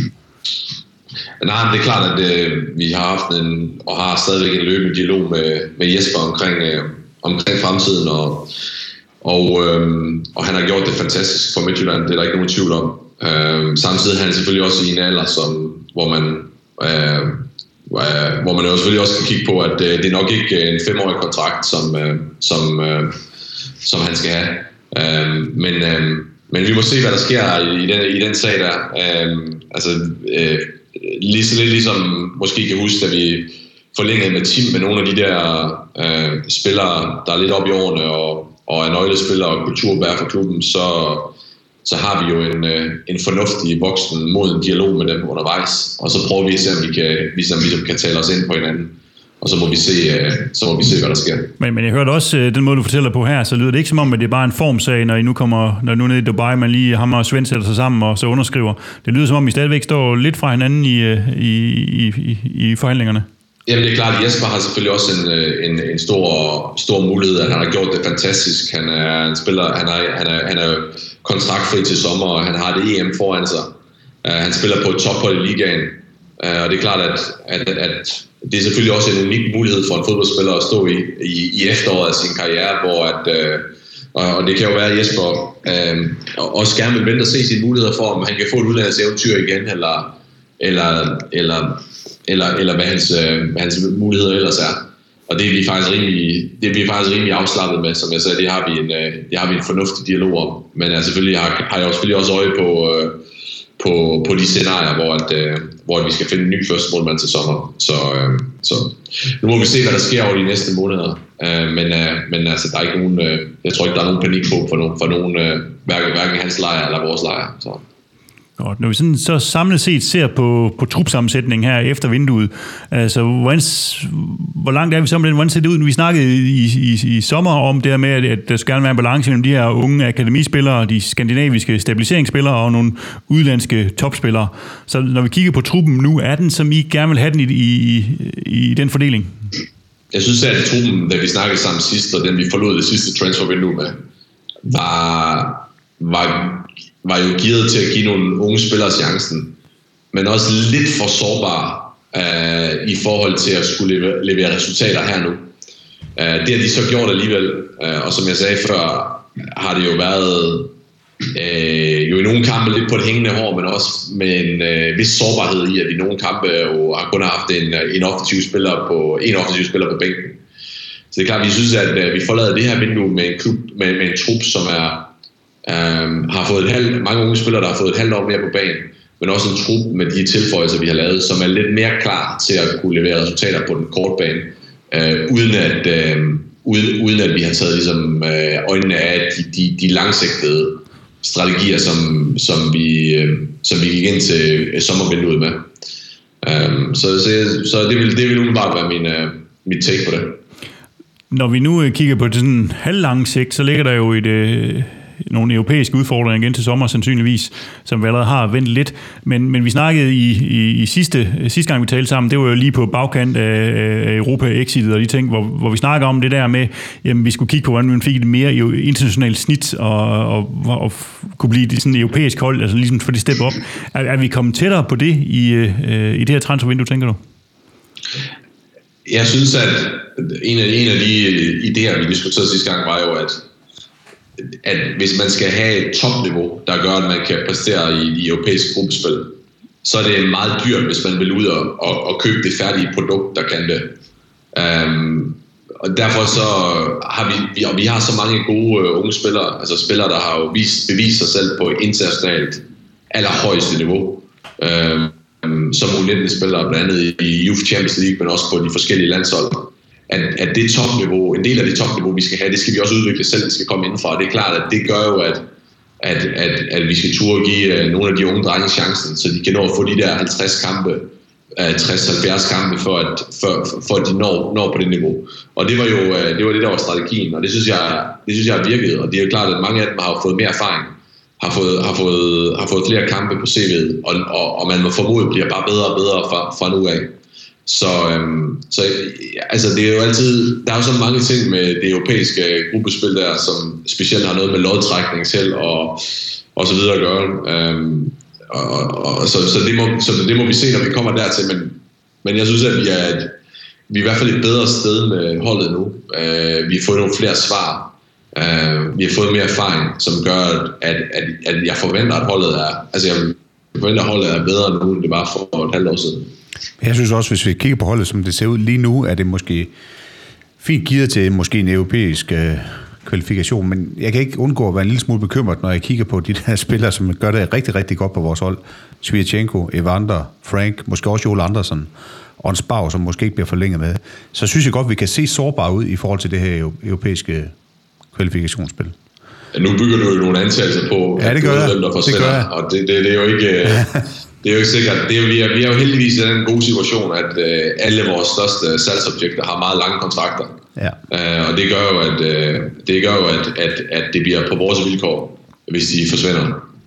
Nej, men det er klart, at øh, vi har haft en, og har stadigvæk en løbende dialog med, med Jesper omkring, øh, omkring fremtiden, og Og, øhm, og han har gjort det fantastisk for Midtjylland, det er der ikke nogen tvivl om. Øhm, samtidig er han selvfølgelig også i en alder, som, hvor man øh, hvor man jo selvfølgelig også kan kigge på, at øh, det er nok ikke en femårig kontrakt, som, øh, som, øh, som han skal have. Øhm, men, øh, men vi må se, hvad der sker i den, i den sag der. Øhm, altså, øh, lige så lidt ligesom måske kan huske, at vi forlængede med Tim med nogle af de der øh, spillere, der er lidt op i årene, og og er nøglespiller og kulturbærer for klubben, så, så har vi jo en, en fornuftig voksen mod en dialog med dem undervejs. Og så prøver vi at se, om vi kan, om vi kan tale os ind på hinanden. Og så må vi se, så må vi se hvad der sker. Men, men jeg hørte også den måde, du fortæller på her, så lyder det ikke som om, at det er bare en formsag, når I nu kommer, når I nu nede i Dubai, man lige hammer og Svend sætter sig sammen og så underskriver. Det lyder som om, I stadigvæk står lidt fra hinanden i, i, i, i forhandlingerne. Jamen det er klart, at Jesper har selvfølgelig også en, en, en stor, stor mulighed, at han har gjort det fantastisk. Han er en spiller, han er, han er, han er kontraktfri til sommer, og han har det E M foran sig. Uh, han spiller på et tophold i ligaen, uh, og det er klart, at, at, at det er selvfølgelig også en unik mulighed for en fodboldspiller at stå i, i, i efteråret af sin karriere, hvor at, uh, og det kan jo være, at Jesper uh, også gerne vil vente og se sine muligheder for, om han kan få et udlandseventyr igen, eller, eller, eller eller, eller hvad, hans, hvad hans muligheder ellers er. Og det er vi faktisk rimelig, det er vi faktisk rimelig afslappet med, som jeg sagde, det har vi en, det har vi en fornuftig dialog om. Men altså, selvfølgelig har, har jeg jo selvfølgelig også øje på, på, på de scenarier, hvor, at, hvor vi skal finde en ny første målmand til sommer. Så, så nu må vi se, hvad der sker over de næste måneder. Men, men altså, der er ikke nogen, jeg tror ikke, der er nogen panik på for nogen, for nogen hverken, hverken hans lejr eller vores lejr. Så. Godt. Når vi sådan, så samlet set ser på, på trupsammensætningen her efter vinduet, altså hvordan, hvor langt er vi så med den? Hvordan ser det ud? Vi snakkede i, i, i sommer om det her med, at der skal gerne være en balance mellem de her unge akademispillere, de skandinaviske stabiliseringsspillere og nogle udlandske topspillere. Så når vi kigger på truppen nu, er den, som I gerne vil have den i, i, i den fordeling? Jeg synes, at truppen, da vi snakkede sammen sidst, og den vi forlod det sidste transfervindue med, var, var var jo gearet til at give nogle unge spillere chancen, men også lidt for sårbare uh, i forhold til at skulle levere, levere resultater her nu. Uh, det har de så gjort alligevel, uh, og som jeg sagde før, har det jo været uh, jo i nogle kampe lidt på et hængende hår, men også med en uh, vis sårbarhed i, at i nogle kampe jo har kun haft en, en offensiv spiller på en offensiv spiller på bænken. Så det er klart, at vi synes, at uh, vi forlader det her vindue med en klub med, med en trup, som er Um, har fået et halv, mange unge spillere, der har fået et halvt år mere på banen, men også en trup med de tilføjelser, vi har lavet, som er lidt mere klar til at kunne levere resultater på den korte bane, uh, uden, at, uh, uden, uden at vi har taget ligesom, uh, øjnene af de, de, de langsigtede strategier, som, som, vi, uh, som vi gik ind til sommervinduet med. Um, så så, så det, vil, det vil umiddelbart være min, uh, mit take på det. Når vi nu kigger på sådan en halvlang sigt, så ligger der jo et... Uh nogle europæiske udfordringer igen til sommer sandsynligvis, som vi allerede har ventet lidt. Men, men vi snakkede i, i, i sidste, sidste gang, vi talte sammen, det var jo lige på bagkant af, af Europa-exitet og de ting, hvor, hvor vi snakker om det der med, jamen vi skulle kigge på, hvordan vi fik et mere internationalt snit og, og, og kunne blive sådan et europæisk hold, altså ligesom få det step op. Er, er vi kommet tættere på det i, i det her transfervindue, tænker du? Jeg synes, at en af, en af de idéer, vi diskuterede sidste gang, var jo, at at hvis man skal have et topniveau, der gør, at man kan præstere i de europæiske gruppespil, så er det meget dyrt, hvis man vil ud og, og, og købe det færdige produkt, der kan det. Um, og derfor så har vi, vi, og vi har så mange gode uh, unge spillere, altså spillere, der har jo vist, bevist sig selv på internationalt allerhøjeste niveau, um, som U nitten-spillere, blandt andet i Youth Champions League, men også på de forskellige landshold. At, at det topniveau, en del af det topniveau, vi skal have, det skal vi også udvikle selv, det skal komme indenfra. Det er klart, at det gør jo, at, at, at, at vi skal turde give nogle af de unge drenge chancen, så de kan nå at få de der halvtreds kampe tres til halvfjerds kampe, for at, for, for at de når, når på det niveau. Og det var jo det, var det der var strategien, og det synes jeg, det synes jeg har virket, og det er jo klart, at mange af dem har fået mere erfaring, har fået, har fået, har fået flere kampe på C V'et, og, og, og man må formode bliver bare bedre og bedre fra, fra nu af. Så, øhm, så altså det er jo altid, der er jo så mange ting med det europæiske gruppespil der, som specielt har noget med lodtrækning selv og, og så videre at gøre. Øhm, og, og, så, så, det må, så det må vi se, når vi kommer dertil, men, men jeg synes, at vi er, et, vi er i hvert fald et bedre sted med holdet nu. Øh, vi har fået nogle flere svar. Øh, vi har fået mere erfaring, som gør, at, at, at jeg forventer, at holdet er, altså jeg forventer, at holdet er bedre nu, end det var for et halvt år siden. Jeg synes også, hvis vi kigger på holdet, som det ser ud lige nu, er det måske fint givet til måske en europæisk øh, kvalifikation, men jeg kan ikke undgå at være en lille smule bekymret, når jeg kigger på de der spillere, som gør det rigtig, rigtig godt på vores hold. Svirchenko, Evander, Frank, måske også Joel Andersen, og en Spav, som måske ikke bliver forlænget med. Så synes jeg godt, at vi kan se sårbare ud i forhold til det her europæiske kvalifikationsspil. Ja, nu bygger du jo nogle antagelser på, ja, det gør at dem, der forsvinder, og det, det, det er jo ikke... Det er jo ikke sikkert. Det er, vi, er, vi er jo heldigvis i den gode situation, at øh, alle vores største salgsobjekter har meget lange kontrakter. Ja. Øh, og det gør jo, at, øh, det, gør jo at, at, at det bliver på vores vilkår, hvis de forsvinder.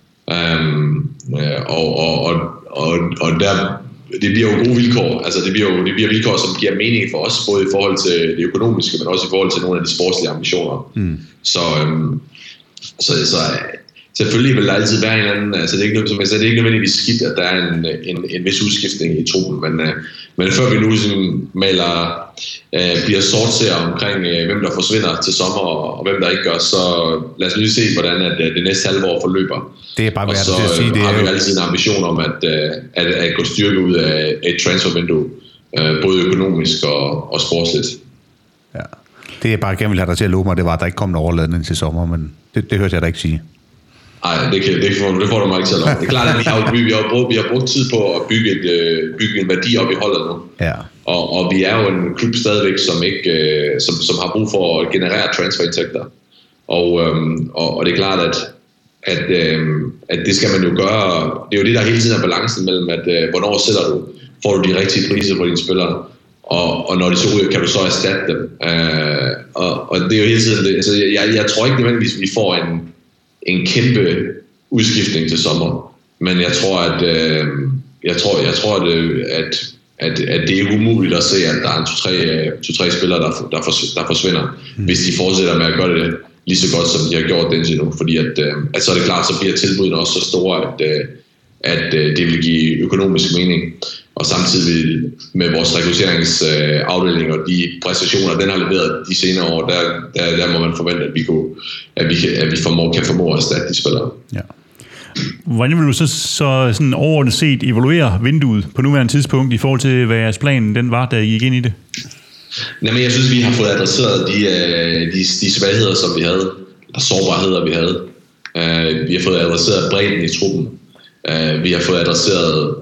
Um, øh, og, og, og, og, og der, det bliver jo gode vilkår. Altså det bliver jo det bliver vilkår, som giver mening for os, både i forhold til det økonomiske, men også i forhold til nogle af de sportslige ambitioner. Mm. Så, øhm, så, så selvfølgelig vil der altid være en eller anden, altså det er ikke, som jeg sagde, det er ikke nødvendigvis skidt, at der er en, en, en vis udskiftning i truppen, men, uh, men før vi nu sådan maler, uh, bliver sortseere omkring, uh, hvem der forsvinder til sommer, og, og hvem der ikke gør, så lad os lige se, hvordan at, uh, det næste halve år forløber. Det er bare værd til at sige. Og så har vi altid en ambition om at, uh, at, at gå styrke ud af et transfervindue, uh, både økonomisk og, og sportsligt. Ja. Det jeg bare gerne ville have dig til at love mig, det var, at der ikke kom en overladning til sommer, men det, det hørte jeg da ikke sige. Nej, det, det, får, det får du mig ikke til at love. Det er klart, at vi har, vi har, brugt, vi har brugt tid på at bygge, et, bygge en værdi op i holdet nu. Ja. Og, og vi er jo en klub stadigvæk, som, ikke, som, som har brug for at generere transferindtægter. Og, og, og det er klart, at, at, at det skal man jo gøre. Det er jo det, der hele tiden er balancen mellem, at hvornår sætter du, får du de rigtige priser på dine spillere, og, og når de så ryger, kan du så erstatte dem. Og, og det er jo hele tiden det. Altså, jeg, jeg tror ikke nødvendigvis, vi får en en kæmpe udskiftning til sommer, men jeg tror at øh, jeg tror jeg tror at, at at at det er umuligt at se, at der er en to-tre to-tre spillere der der, der forsvinder, mm. hvis de fortsætter med at gøre det lige så godt som de har gjort det indtil nu, fordi at, at så er det klart, så bliver tilbudene også så store, at at det vil give økonomisk mening, og samtidig med vores rekrutteringsafdeling og de præstationer, den har leveret de senere år, der, der, der må man forvente, at vi, kunne, at vi, kan, at vi formår, kan formå at erstatte de spillere. Ja. Hvordan vil du så, så sådan overordnet set evaluere vinduet på nuværende tidspunkt i forhold til, hvad jeres plan den var, da I gik ind i det? Jamen, jeg synes, vi har fået adresseret de, de, de svagheder, som vi havde, eller sårbarheder, vi havde. Vi har fået adresseret bredden i truppen. Vi har fået adresseret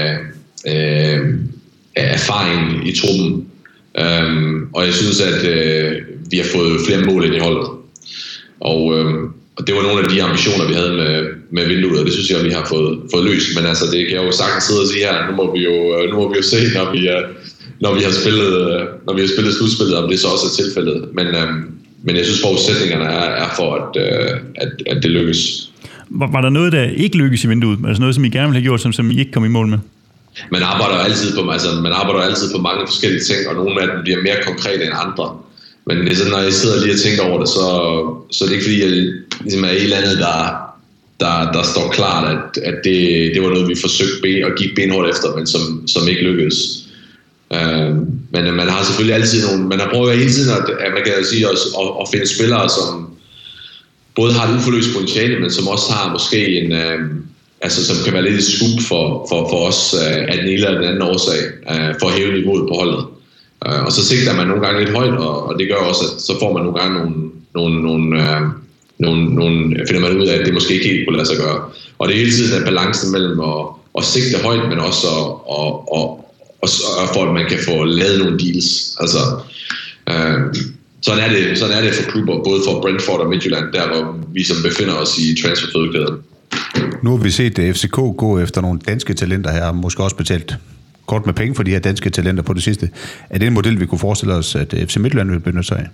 Øh, erfaring i truppen, um, og jeg synes at øh, vi har fået flere mål ind i holdet, og, øh, og det var nogle af de ambitioner vi havde med, med vinduet, og det synes jeg vi har fået, fået løst, men altså det kan jeg jo sagtens sidde og sige her, nu må vi jo, nu må vi jo se, når vi, når vi har spillet når vi har spillet slutspillet, om det så også er tilfældet, men, øh, men jeg synes forudsætningerne er, er for at, øh, at, at det lykkes. Var, var der noget der ikke lykkes i vinduet, altså noget som I gerne ville have gjort, som, som I ikke kom i mål med? Man arbejder altid på, altså man arbejder altid på mange forskellige ting, og nogle af dem bliver mere konkrete end andre. Men det er sådan, når jeg sidder lige og tænker over det, så, så er det ikke fordi, at ligesom er et eller andet, der, der, der står klart, at, at det, det var noget, vi forsøgte ben, og gik benhårdt efter, men som, som ikke lykkedes. Uh, men man har selvfølgelig altid nogle, man har prøvet hele tiden at, at man kan sige også, at, at finde spillere, som både har et uforløst potentiale, men som også har måske en... Uh, altså som kan være lidt et skub for, for, for os uh, af den ene eller den anden årsag, uh, for at hæve niveauet på holdet. Uh, og så sigter man nogle gange lidt højt, og, og det gør også, at så får man nogle gange nogle, nogle, nogle, uh, nogle, nogle, finder man ud af, at det måske ikke helt kunne lade sig gøre. Og det er hele tiden en balance mellem at, at sigte højt, men også at, at, at, at sørge for, at man kan få lavet nogle deals. Altså, uh, sådan, er det, sådan er det for klubber, både for Brentford og Midtjylland, der hvor vi som befinder os i transferfødekæden. Nu har vi set F C K gå efter nogle danske talenter her, måske også betalt godt med penge for de her danske talenter på det sidste. Er det en model, vi kunne forestille os, at F C Midtjylland vil benytte sig af?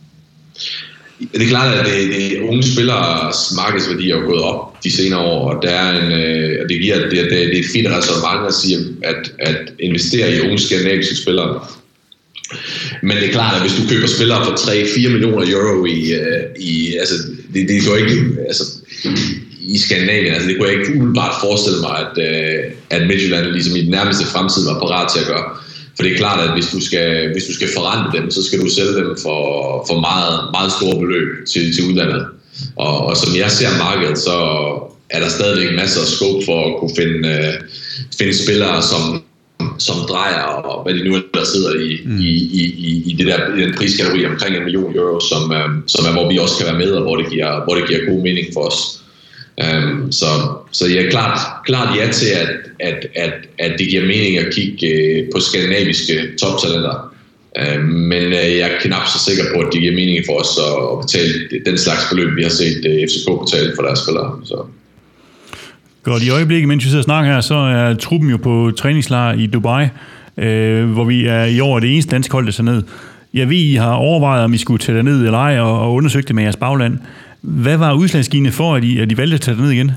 Det er klart, at det, det unge spillers markedsværdi er gået op de senere år, og der er en, øh, det, giver, det, det, det er et fint ræsonnement at sige, at, at investere i unge skandinaviske spillere. Men det er klart, at hvis du køber spillere for tre til fire millioner euro i, i altså, det, det går ikke, altså, i Skandinavien, altså det kunne jeg ikke umiddelbart forestille mig, at, at Midtjylland ligesom i den nærmeste fremtid var parat til at gøre. For det er klart, at hvis du skal, hvis du skal forrente dem, så skal du sælge dem for, for meget, meget store beløb til, til udlandet. Og, og som jeg ser markedet, så er der stadigvæk masser af scope for at kunne finde, uh, finde spillere, som, som drejer, og hvad de nu der sidder i, mm. i, i, i, det der, i den priskategori omkring en million euro, som, uh, som er, hvor vi også kan være med, og hvor det giver, hvor det giver god mening for os. Um, så, så jeg er klart, klart ja til, at, at, at, at det giver mening at kigge uh, på skandinaviske toptalenter. Uh, men uh, jeg er knap så sikker på, at det giver mening for os at, at betale den slags beløb, vi har set uh, F C K betale for deres spillere. Så. Godt, i øjeblikket, mens vi sidder og snakker her, så er truppen jo på træningslejr i Dubai, øh, hvor vi er i år det eneste danske hold, der tager ned. Jeg ved, I har overvejet, om I skulle tage ned eller ej, og, og undersøge det med jeres bagland. Hvad var udslagsgivende for, at I, at I valgte at tage ned igen?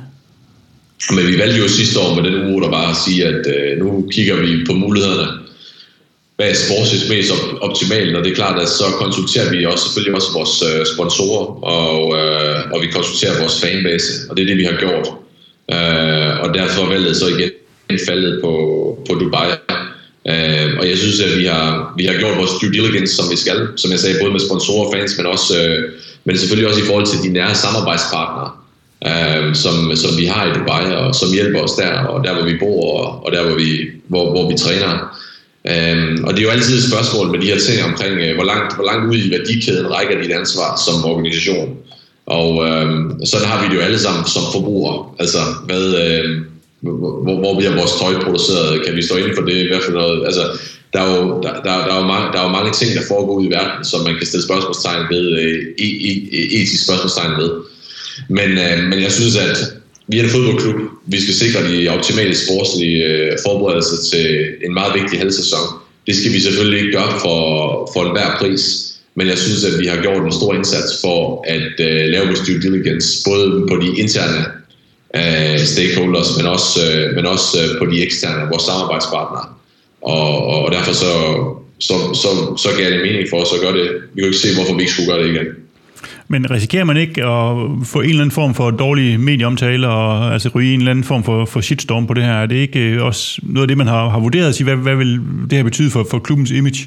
Men vi valgte jo sidste år med den uge, der bare at sige, at øh, nu kigger vi på mulighederne. Hvad er sportsligt mest op- optimalt? Og det er klart, at så konsulterer vi også selvfølgelig også vores øh, sponsorer, og, øh, og vi konsulterer vores fanbase, og det er det, vi har gjort. Øh, og derfor er valget så igen faldet på, på Dubai. Øh, og jeg synes, at vi har, vi har gjort vores due diligence, som vi skal, som jeg sagde, både med sponsorer og fans, men også... Øh, men selvfølgelig også i forhold til de nære samarbejdspartnere, øh, som, som vi har i Dubai, og som hjælper os der, og der hvor vi bor, og, og der hvor vi, hvor, hvor vi træner. Øh, og det er jo altid et spørgsmål med de her ting omkring, øh, hvor, langt, hvor langt ud i værdikæden rækker dit ansvar som organisation. Og øh, sådan har vi det jo alle sammen som forbrugere. Altså, hvad, øh, hvor, hvor bliver vores tøj produceret? Kan vi stå inden for det? Hvad for noget? Altså, Der er, jo, der, der, der, er jo mange, der er jo mange ting, der foregår ud i verden, som man kan stille spørgsmålstegn ved, e, e, etisk spørgsmålstegn ved. Men, øh, men jeg synes, at vi er en fodboldklub. Vi skal sikre de optimale sportslige øh, forberedelser til en meget vigtig halvsæson. Det skal vi selvfølgelig ikke gøre for, for enhver pris. Men jeg synes, at vi har gjort en stor indsats for at øh, lave vores due diligence, både på de interne øh, stakeholders, men også, øh, men også øh, på de eksterne, vores samarbejdspartnere. Og, og derfor så, så, så, så gav det mening for os at gøre det. Vi kan ikke se, hvorfor vi ikke skulle gøre det igen. Men risikerer man ikke at få en eller anden form for dårlig medieomtale, og altså ryge en eller anden form for, for shitstorm på det her? Er det ikke også noget af det, man har, har vurderet at sige, hvad, hvad vil det her betyde for, for klubbens image?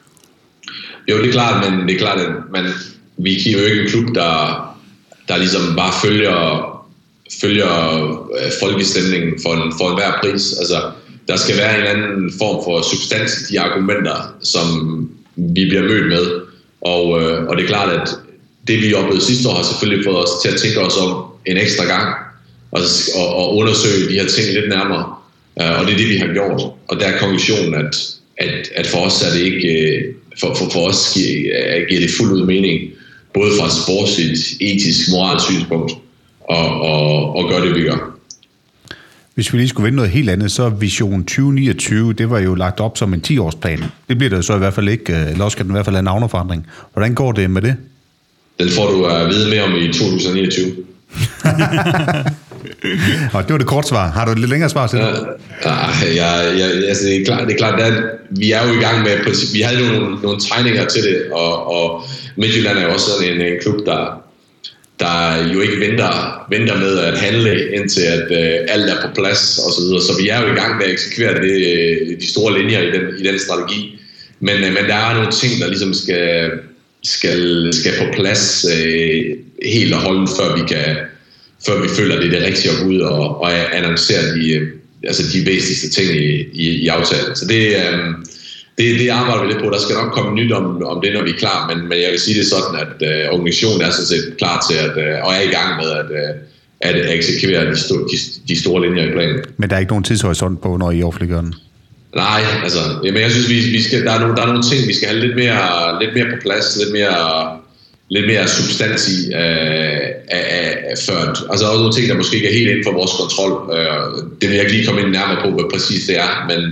Jo, det er klart, men det er klart, at man, vi er jo ikke en klub, der, der ligesom bare følger, følger folkestemningen for, en, for enhver pris. Altså, der skal være en eller anden form for substans i de argumenter, som vi bliver mødt med. Og, øh, og det er klart, at det vi oplevede sidste år har selvfølgelig fået os til at tænke os om en ekstra gang og, og, og undersøge de her ting lidt nærmere. Uh, og det er det, vi har gjort. Og der er konklusionen, at, at, at for os er det ikke, for, for, for os giver, giver det fuldt ud mening, både fra et sportsligt, etisk, moralsk synspunkt, og, og, og gøre det, vi gør. Hvis vi lige skulle vende noget helt andet, så Vision tyve niogtyve, det var jo lagt op som en ti-årsplan. Det bliver det så i hvert fald ikke, eller også skal den i hvert fald have en navneforandring. Hvordan går det med det? Den får du at vide mere om i to tusind niogtyve. Og det var det kort svar. Har du et lidt længere svar til det? Ja, ja, ja, altså det er klart, det er klart at vi er jo i gang med, vi havde jo nogle, nogle tegninger til det, og, og Midtjylland er jo også sådan en, en klub, der, der jo ikke venter, venter med at handle, indtil at uh, alt er på plads og så videre. Så vi er jo i gang med at eksekvere det, de store linjer i den, i den strategi. Men, men der er nogle ting, der ligesom skal, skal, skal på plads uh, helt og holdent, før vi kan, før vi føler, at det er det rigtige at gå ud og, og annoncere de, altså de væsentligste ting i, i, i aftalen. Så det, um, det, det arbejder vi lidt på. Der skal nok komme nyt om, om det, når vi er klar, men, men jeg vil sige det sådan, at uh, organisationen er sådan set klar til at, uh, og er i gang med at, uh, at eksekvere de, sto- de, de store linjer i planen. Men der er ikke nogen tidshorisont på, når I offentliggør den? Nej, altså, men jeg synes, vi, vi skal, der, er nogle, der er nogle ting, vi skal have lidt mere, lidt mere på plads, lidt mere... lidt mere substans i øh, af, af, før. Altså også nogle ting, der måske ikke er helt inden for vores kontrol. Øh, det vil jeg ikke lige komme ind nærmere på, hvad præcis det er, men,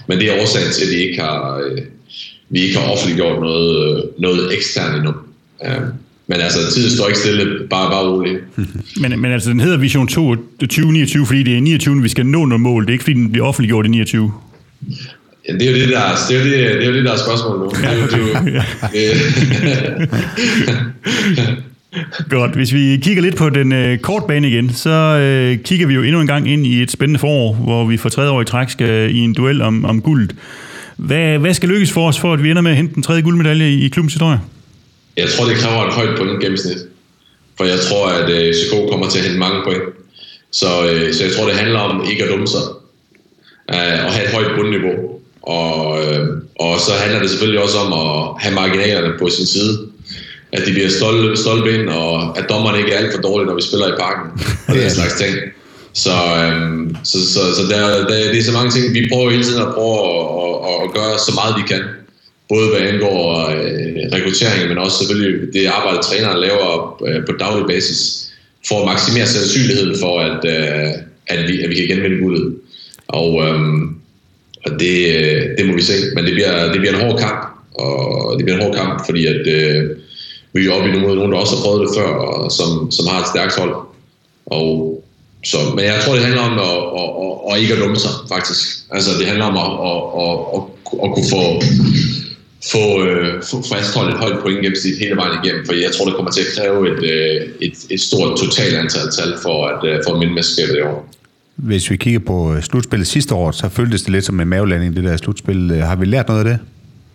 men det er årsagen til, at vi ikke har, øh, vi ikke har offentliggjort noget, noget eksternt endnu. Øh, men altså, tiden står ikke stille, bare, bare roligt. men, men altså, den hedder Vision to tyve niogtyve, fordi det er niogtyve, vi skal nå noget mål. Det er ikke, fordi den bliver offentliggjort i niogtyve. Ja, det er jo det, der, det er jo det, det er jo det, der er spørgsmålet nu. Det er jo, det er jo, det. Godt. Hvis vi kigger lidt på den øh, korte bane igen, så øh, kigger vi jo endnu en gang ind i et spændende forår, hvor vi for tredje år i træk skal i en duel om, om guldet. Hvad, hvad skal lykkes for os, for at vi ender med at hente den tredje guldmedalje i, i klubbens historie? Jeg tror, det kræver et højt point gennemsnit. For jeg tror, at øh, F C K kommer til at hente mange point. Så, øh, så jeg tror, det handler om ikke at dumme sig. Øh, og have et højt bundniveau. Og, øh, og så handler det selvfølgelig også om at have marginalerne på sin side. At de bliver stolte, stolte ind, og at dommerne ikke er alt for dårlige, når vi spiller i parken. Og den slags ting. Så, øhm, så, så, så der, der, det er så mange ting. Vi prøver hele tiden at prøve at, at, at gøre så meget vi kan. Både hvad angår øh, rekruttering, men også selvfølgelig det arbejde, træneren laver øh, på daglig basis. For at maksimere sandsynligheden for, at, øh, at, vi, at vi kan genvinde guldet. Og, øhm, og det, det må vi se. Men det bliver, det bliver en hård kamp. Og det bliver en hård kamp, fordi at... Øh, vi er oppe i nogen, der også har prøvet det før, og som, som har et stærkt hold. Og så, men jeg tror, det handler om at, at, at, at ikke at dumme sig, faktisk. Altså, det handler om at, at, at, at, at kunne få, få, få fastholdt et højt point gennemsnit hele vejen igennem, for jeg tror, det kommer til at kræve et, et, et stort totalt antal tal for at, for at minde mesterskabet i år. Hvis vi kigger på slutspillet sidste år, så føltes det lidt som en mavelanding, det der slutspil. Har vi lært noget af det?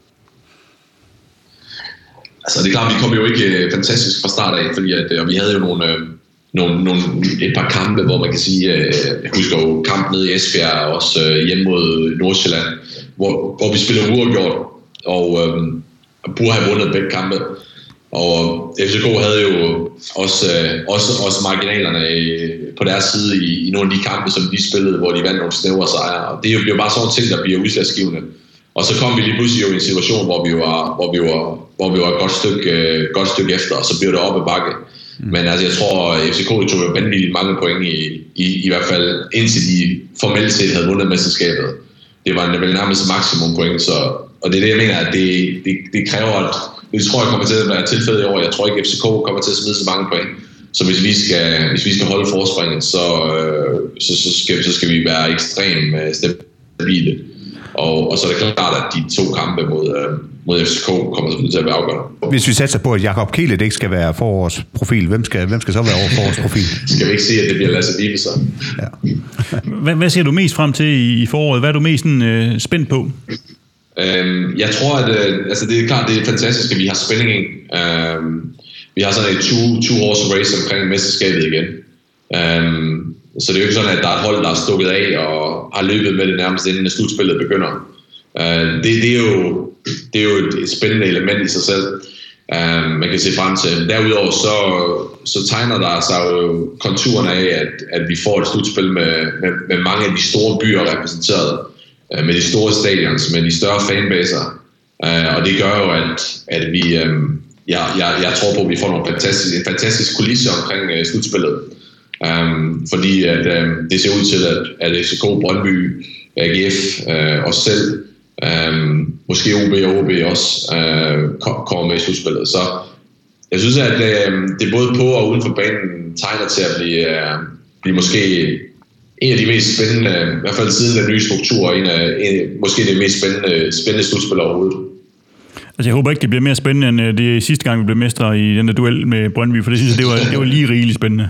Altså det er klart, vi kom jo ikke fantastisk fra start af, fordi at, og vi havde jo nogle, nogle, nogle, et par kampe, hvor man kan sige, jeg husker jo kamp nede i Esbjerg, og også hjemme mod Nordsjælland, hvor, hvor vi spillede uafgjort, og øhm, burde have vundet begge kampe. Og F C K havde jo også, også, også marginalerne på deres side i, i nogle af de kampe, som de spillede, hvor de vandt nogle snævre sejre. Og det er jo bare sådan ting, der bliver udslagsgivende. Og så kom vi lige pludselig jo i en situation, hvor vi var, hvor vi var, hvor vi var et godt stykke, øh, godt stykke efter, og så blev det op ad bakke. Mm. Men altså, jeg tror, at F C K tog jo vanvittigt mange point, i, i, i hvert fald indtil de formelt set havde vundet mesterskabet. Det var vel nærmest maksimum point, så, og det er det, jeg mener, at det, det, det kræver, at det tror jeg kommer til at være tilfældet i år. Jeg tror ikke, at F C K kommer til at smide så mange point. Så hvis vi skal, hvis vi skal holde forspringet, så, øh, så, så, skal, så skal vi være ekstremt stabile. Og, og så er det klart, at de to kampe mod, øh, mod F C K kommer til at være afgørende. Hvis vi satser på, at Jakob Kielet ikke skal være forårs profil, hvem skal, hvem skal så være forårs profil? Skal vi ikke sige, at det bliver Lasse Vibe så? Ja. hvad, hvad ser du mest frem til i, i foråret? Hvad er du mest sådan, øh, spændt på? Øhm, jeg tror, at øh, altså det er klart, det er fantastisk, at vi har spænding ind. Øhm, vi har sådan et two, two horse race omkring mesterskabet igen. Øhm, Så det er jo ikke sådan, at der er et hold, der er stukket af og har løbet med det nærmest inden slutspillet begynder. Uh, det, det, er jo, det er jo et spændende element i sig selv, uh, man kan se frem til. Derudover så, så tegner der sig jo konturen af, at, at vi får et slutspil med, med, med mange af de store byer repræsenteret, uh, med de store stadions, med de større fanbaser. Uh, og det gør jo, at, at vi, um, jeg, jeg, jeg tror på, at vi får nogle fantastisk, en fantastisk kulisse omkring uh, slutspillet. Um, fordi at, um, det ser ud til, at, at F C K, Brøndby, A G F uh, os selv, um, måske O B og O B også uh, kommer med i slutspillet. Så jeg synes, at uh, det både på og uden for banen tegner til at blive, uh, blive måske en af de mest spændende, i hvert fald siden den nye struktur, en af, en, måske det mest spændende, spændende slutspil overhovedet. Altså jeg håber ikke, det bliver mere spændende end det sidste gang, vi blev mestre i den der duel med Brøndby, for det synes jeg, det var, det var lige rigeligt spændende.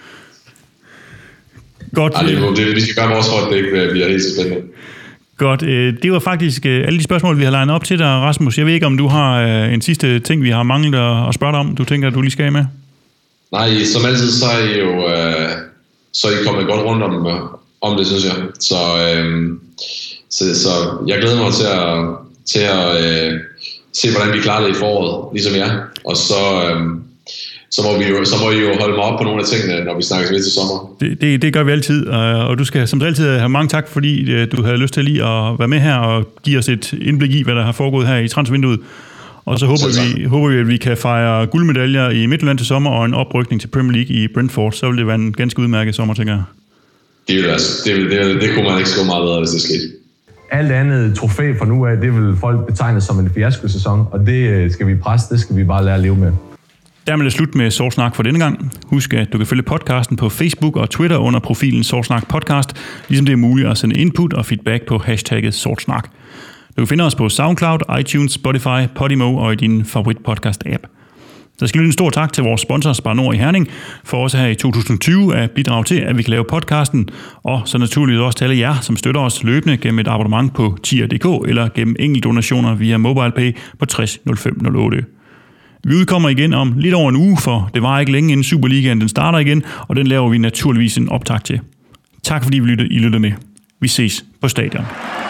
Godt. Ej, det, det, vi skal gøre vores for, at det ikke bliver helt så spændende. Godt. Det var faktisk alle de spørgsmål, vi har legnet op til dig, Rasmus. Jeg ved ikke, om du har en sidste ting, vi har manglet at spørge dig om, du tænker, at du lige skal med? Nej, som altid, så er I jo så er I kommet godt rundt om, om det, synes jeg. Så, øhm, så, så jeg glæder mig til at, til at øh, se, hvordan vi klarer det i foråret, ligesom jer. Og så... Øhm, Så må, vi jo, så må I jo holde mig op på nogle af tingene, når vi snakkes ved til sommer. Det, det, det gør vi altid, og du skal som altid have mange tak, fordi du havde lyst til lige at være med her og give os et indblik i, hvad der har foregået her i transfervinduet. Og så håber vi, håber vi, at vi kan fejre guldmedaljer i Midtjylland til sommer og en oprykning til Premier League i Brentford. Så vil det være en ganske udmærket sommer, tænker jeg. Det, vil, altså, det, det, det kunne man ikke skrive meget bedre, hvis det skete. alt andet trofæ fra nu af, det vil folk betegne som en fiasko-sæson, og det skal vi presse, det skal vi bare lære at leve med. Dermed er det slut med Sort Snak for denne gang. Husk, at du kan følge podcasten på Facebook og Twitter under profilen Sort Snak Podcast, ligesom det er muligt at sende input og feedback på hashtagget Sort Snak. Du kan finde os på SoundCloud, iTunes, Spotify, Podimo og i din favorit podcast-app. Der skal lyde en stor tak til vores sponsor Spar Nord i Herning, for også her i to tusind og tyve at bidrage til, at vi kan lave podcasten, og så naturligvis også til alle jer, som støtter os løbende gennem et abonnement på tier punktum d k eller gennem enkeltdonationer via MobilePay på tres nul fem nul otte. Vi udkommer igen om lidt over en uge, for det var ikke længe inden Superligaen den starter igen, og den laver vi naturligvis en optag til. Tak fordi I lyttede med. Vi ses på stadion.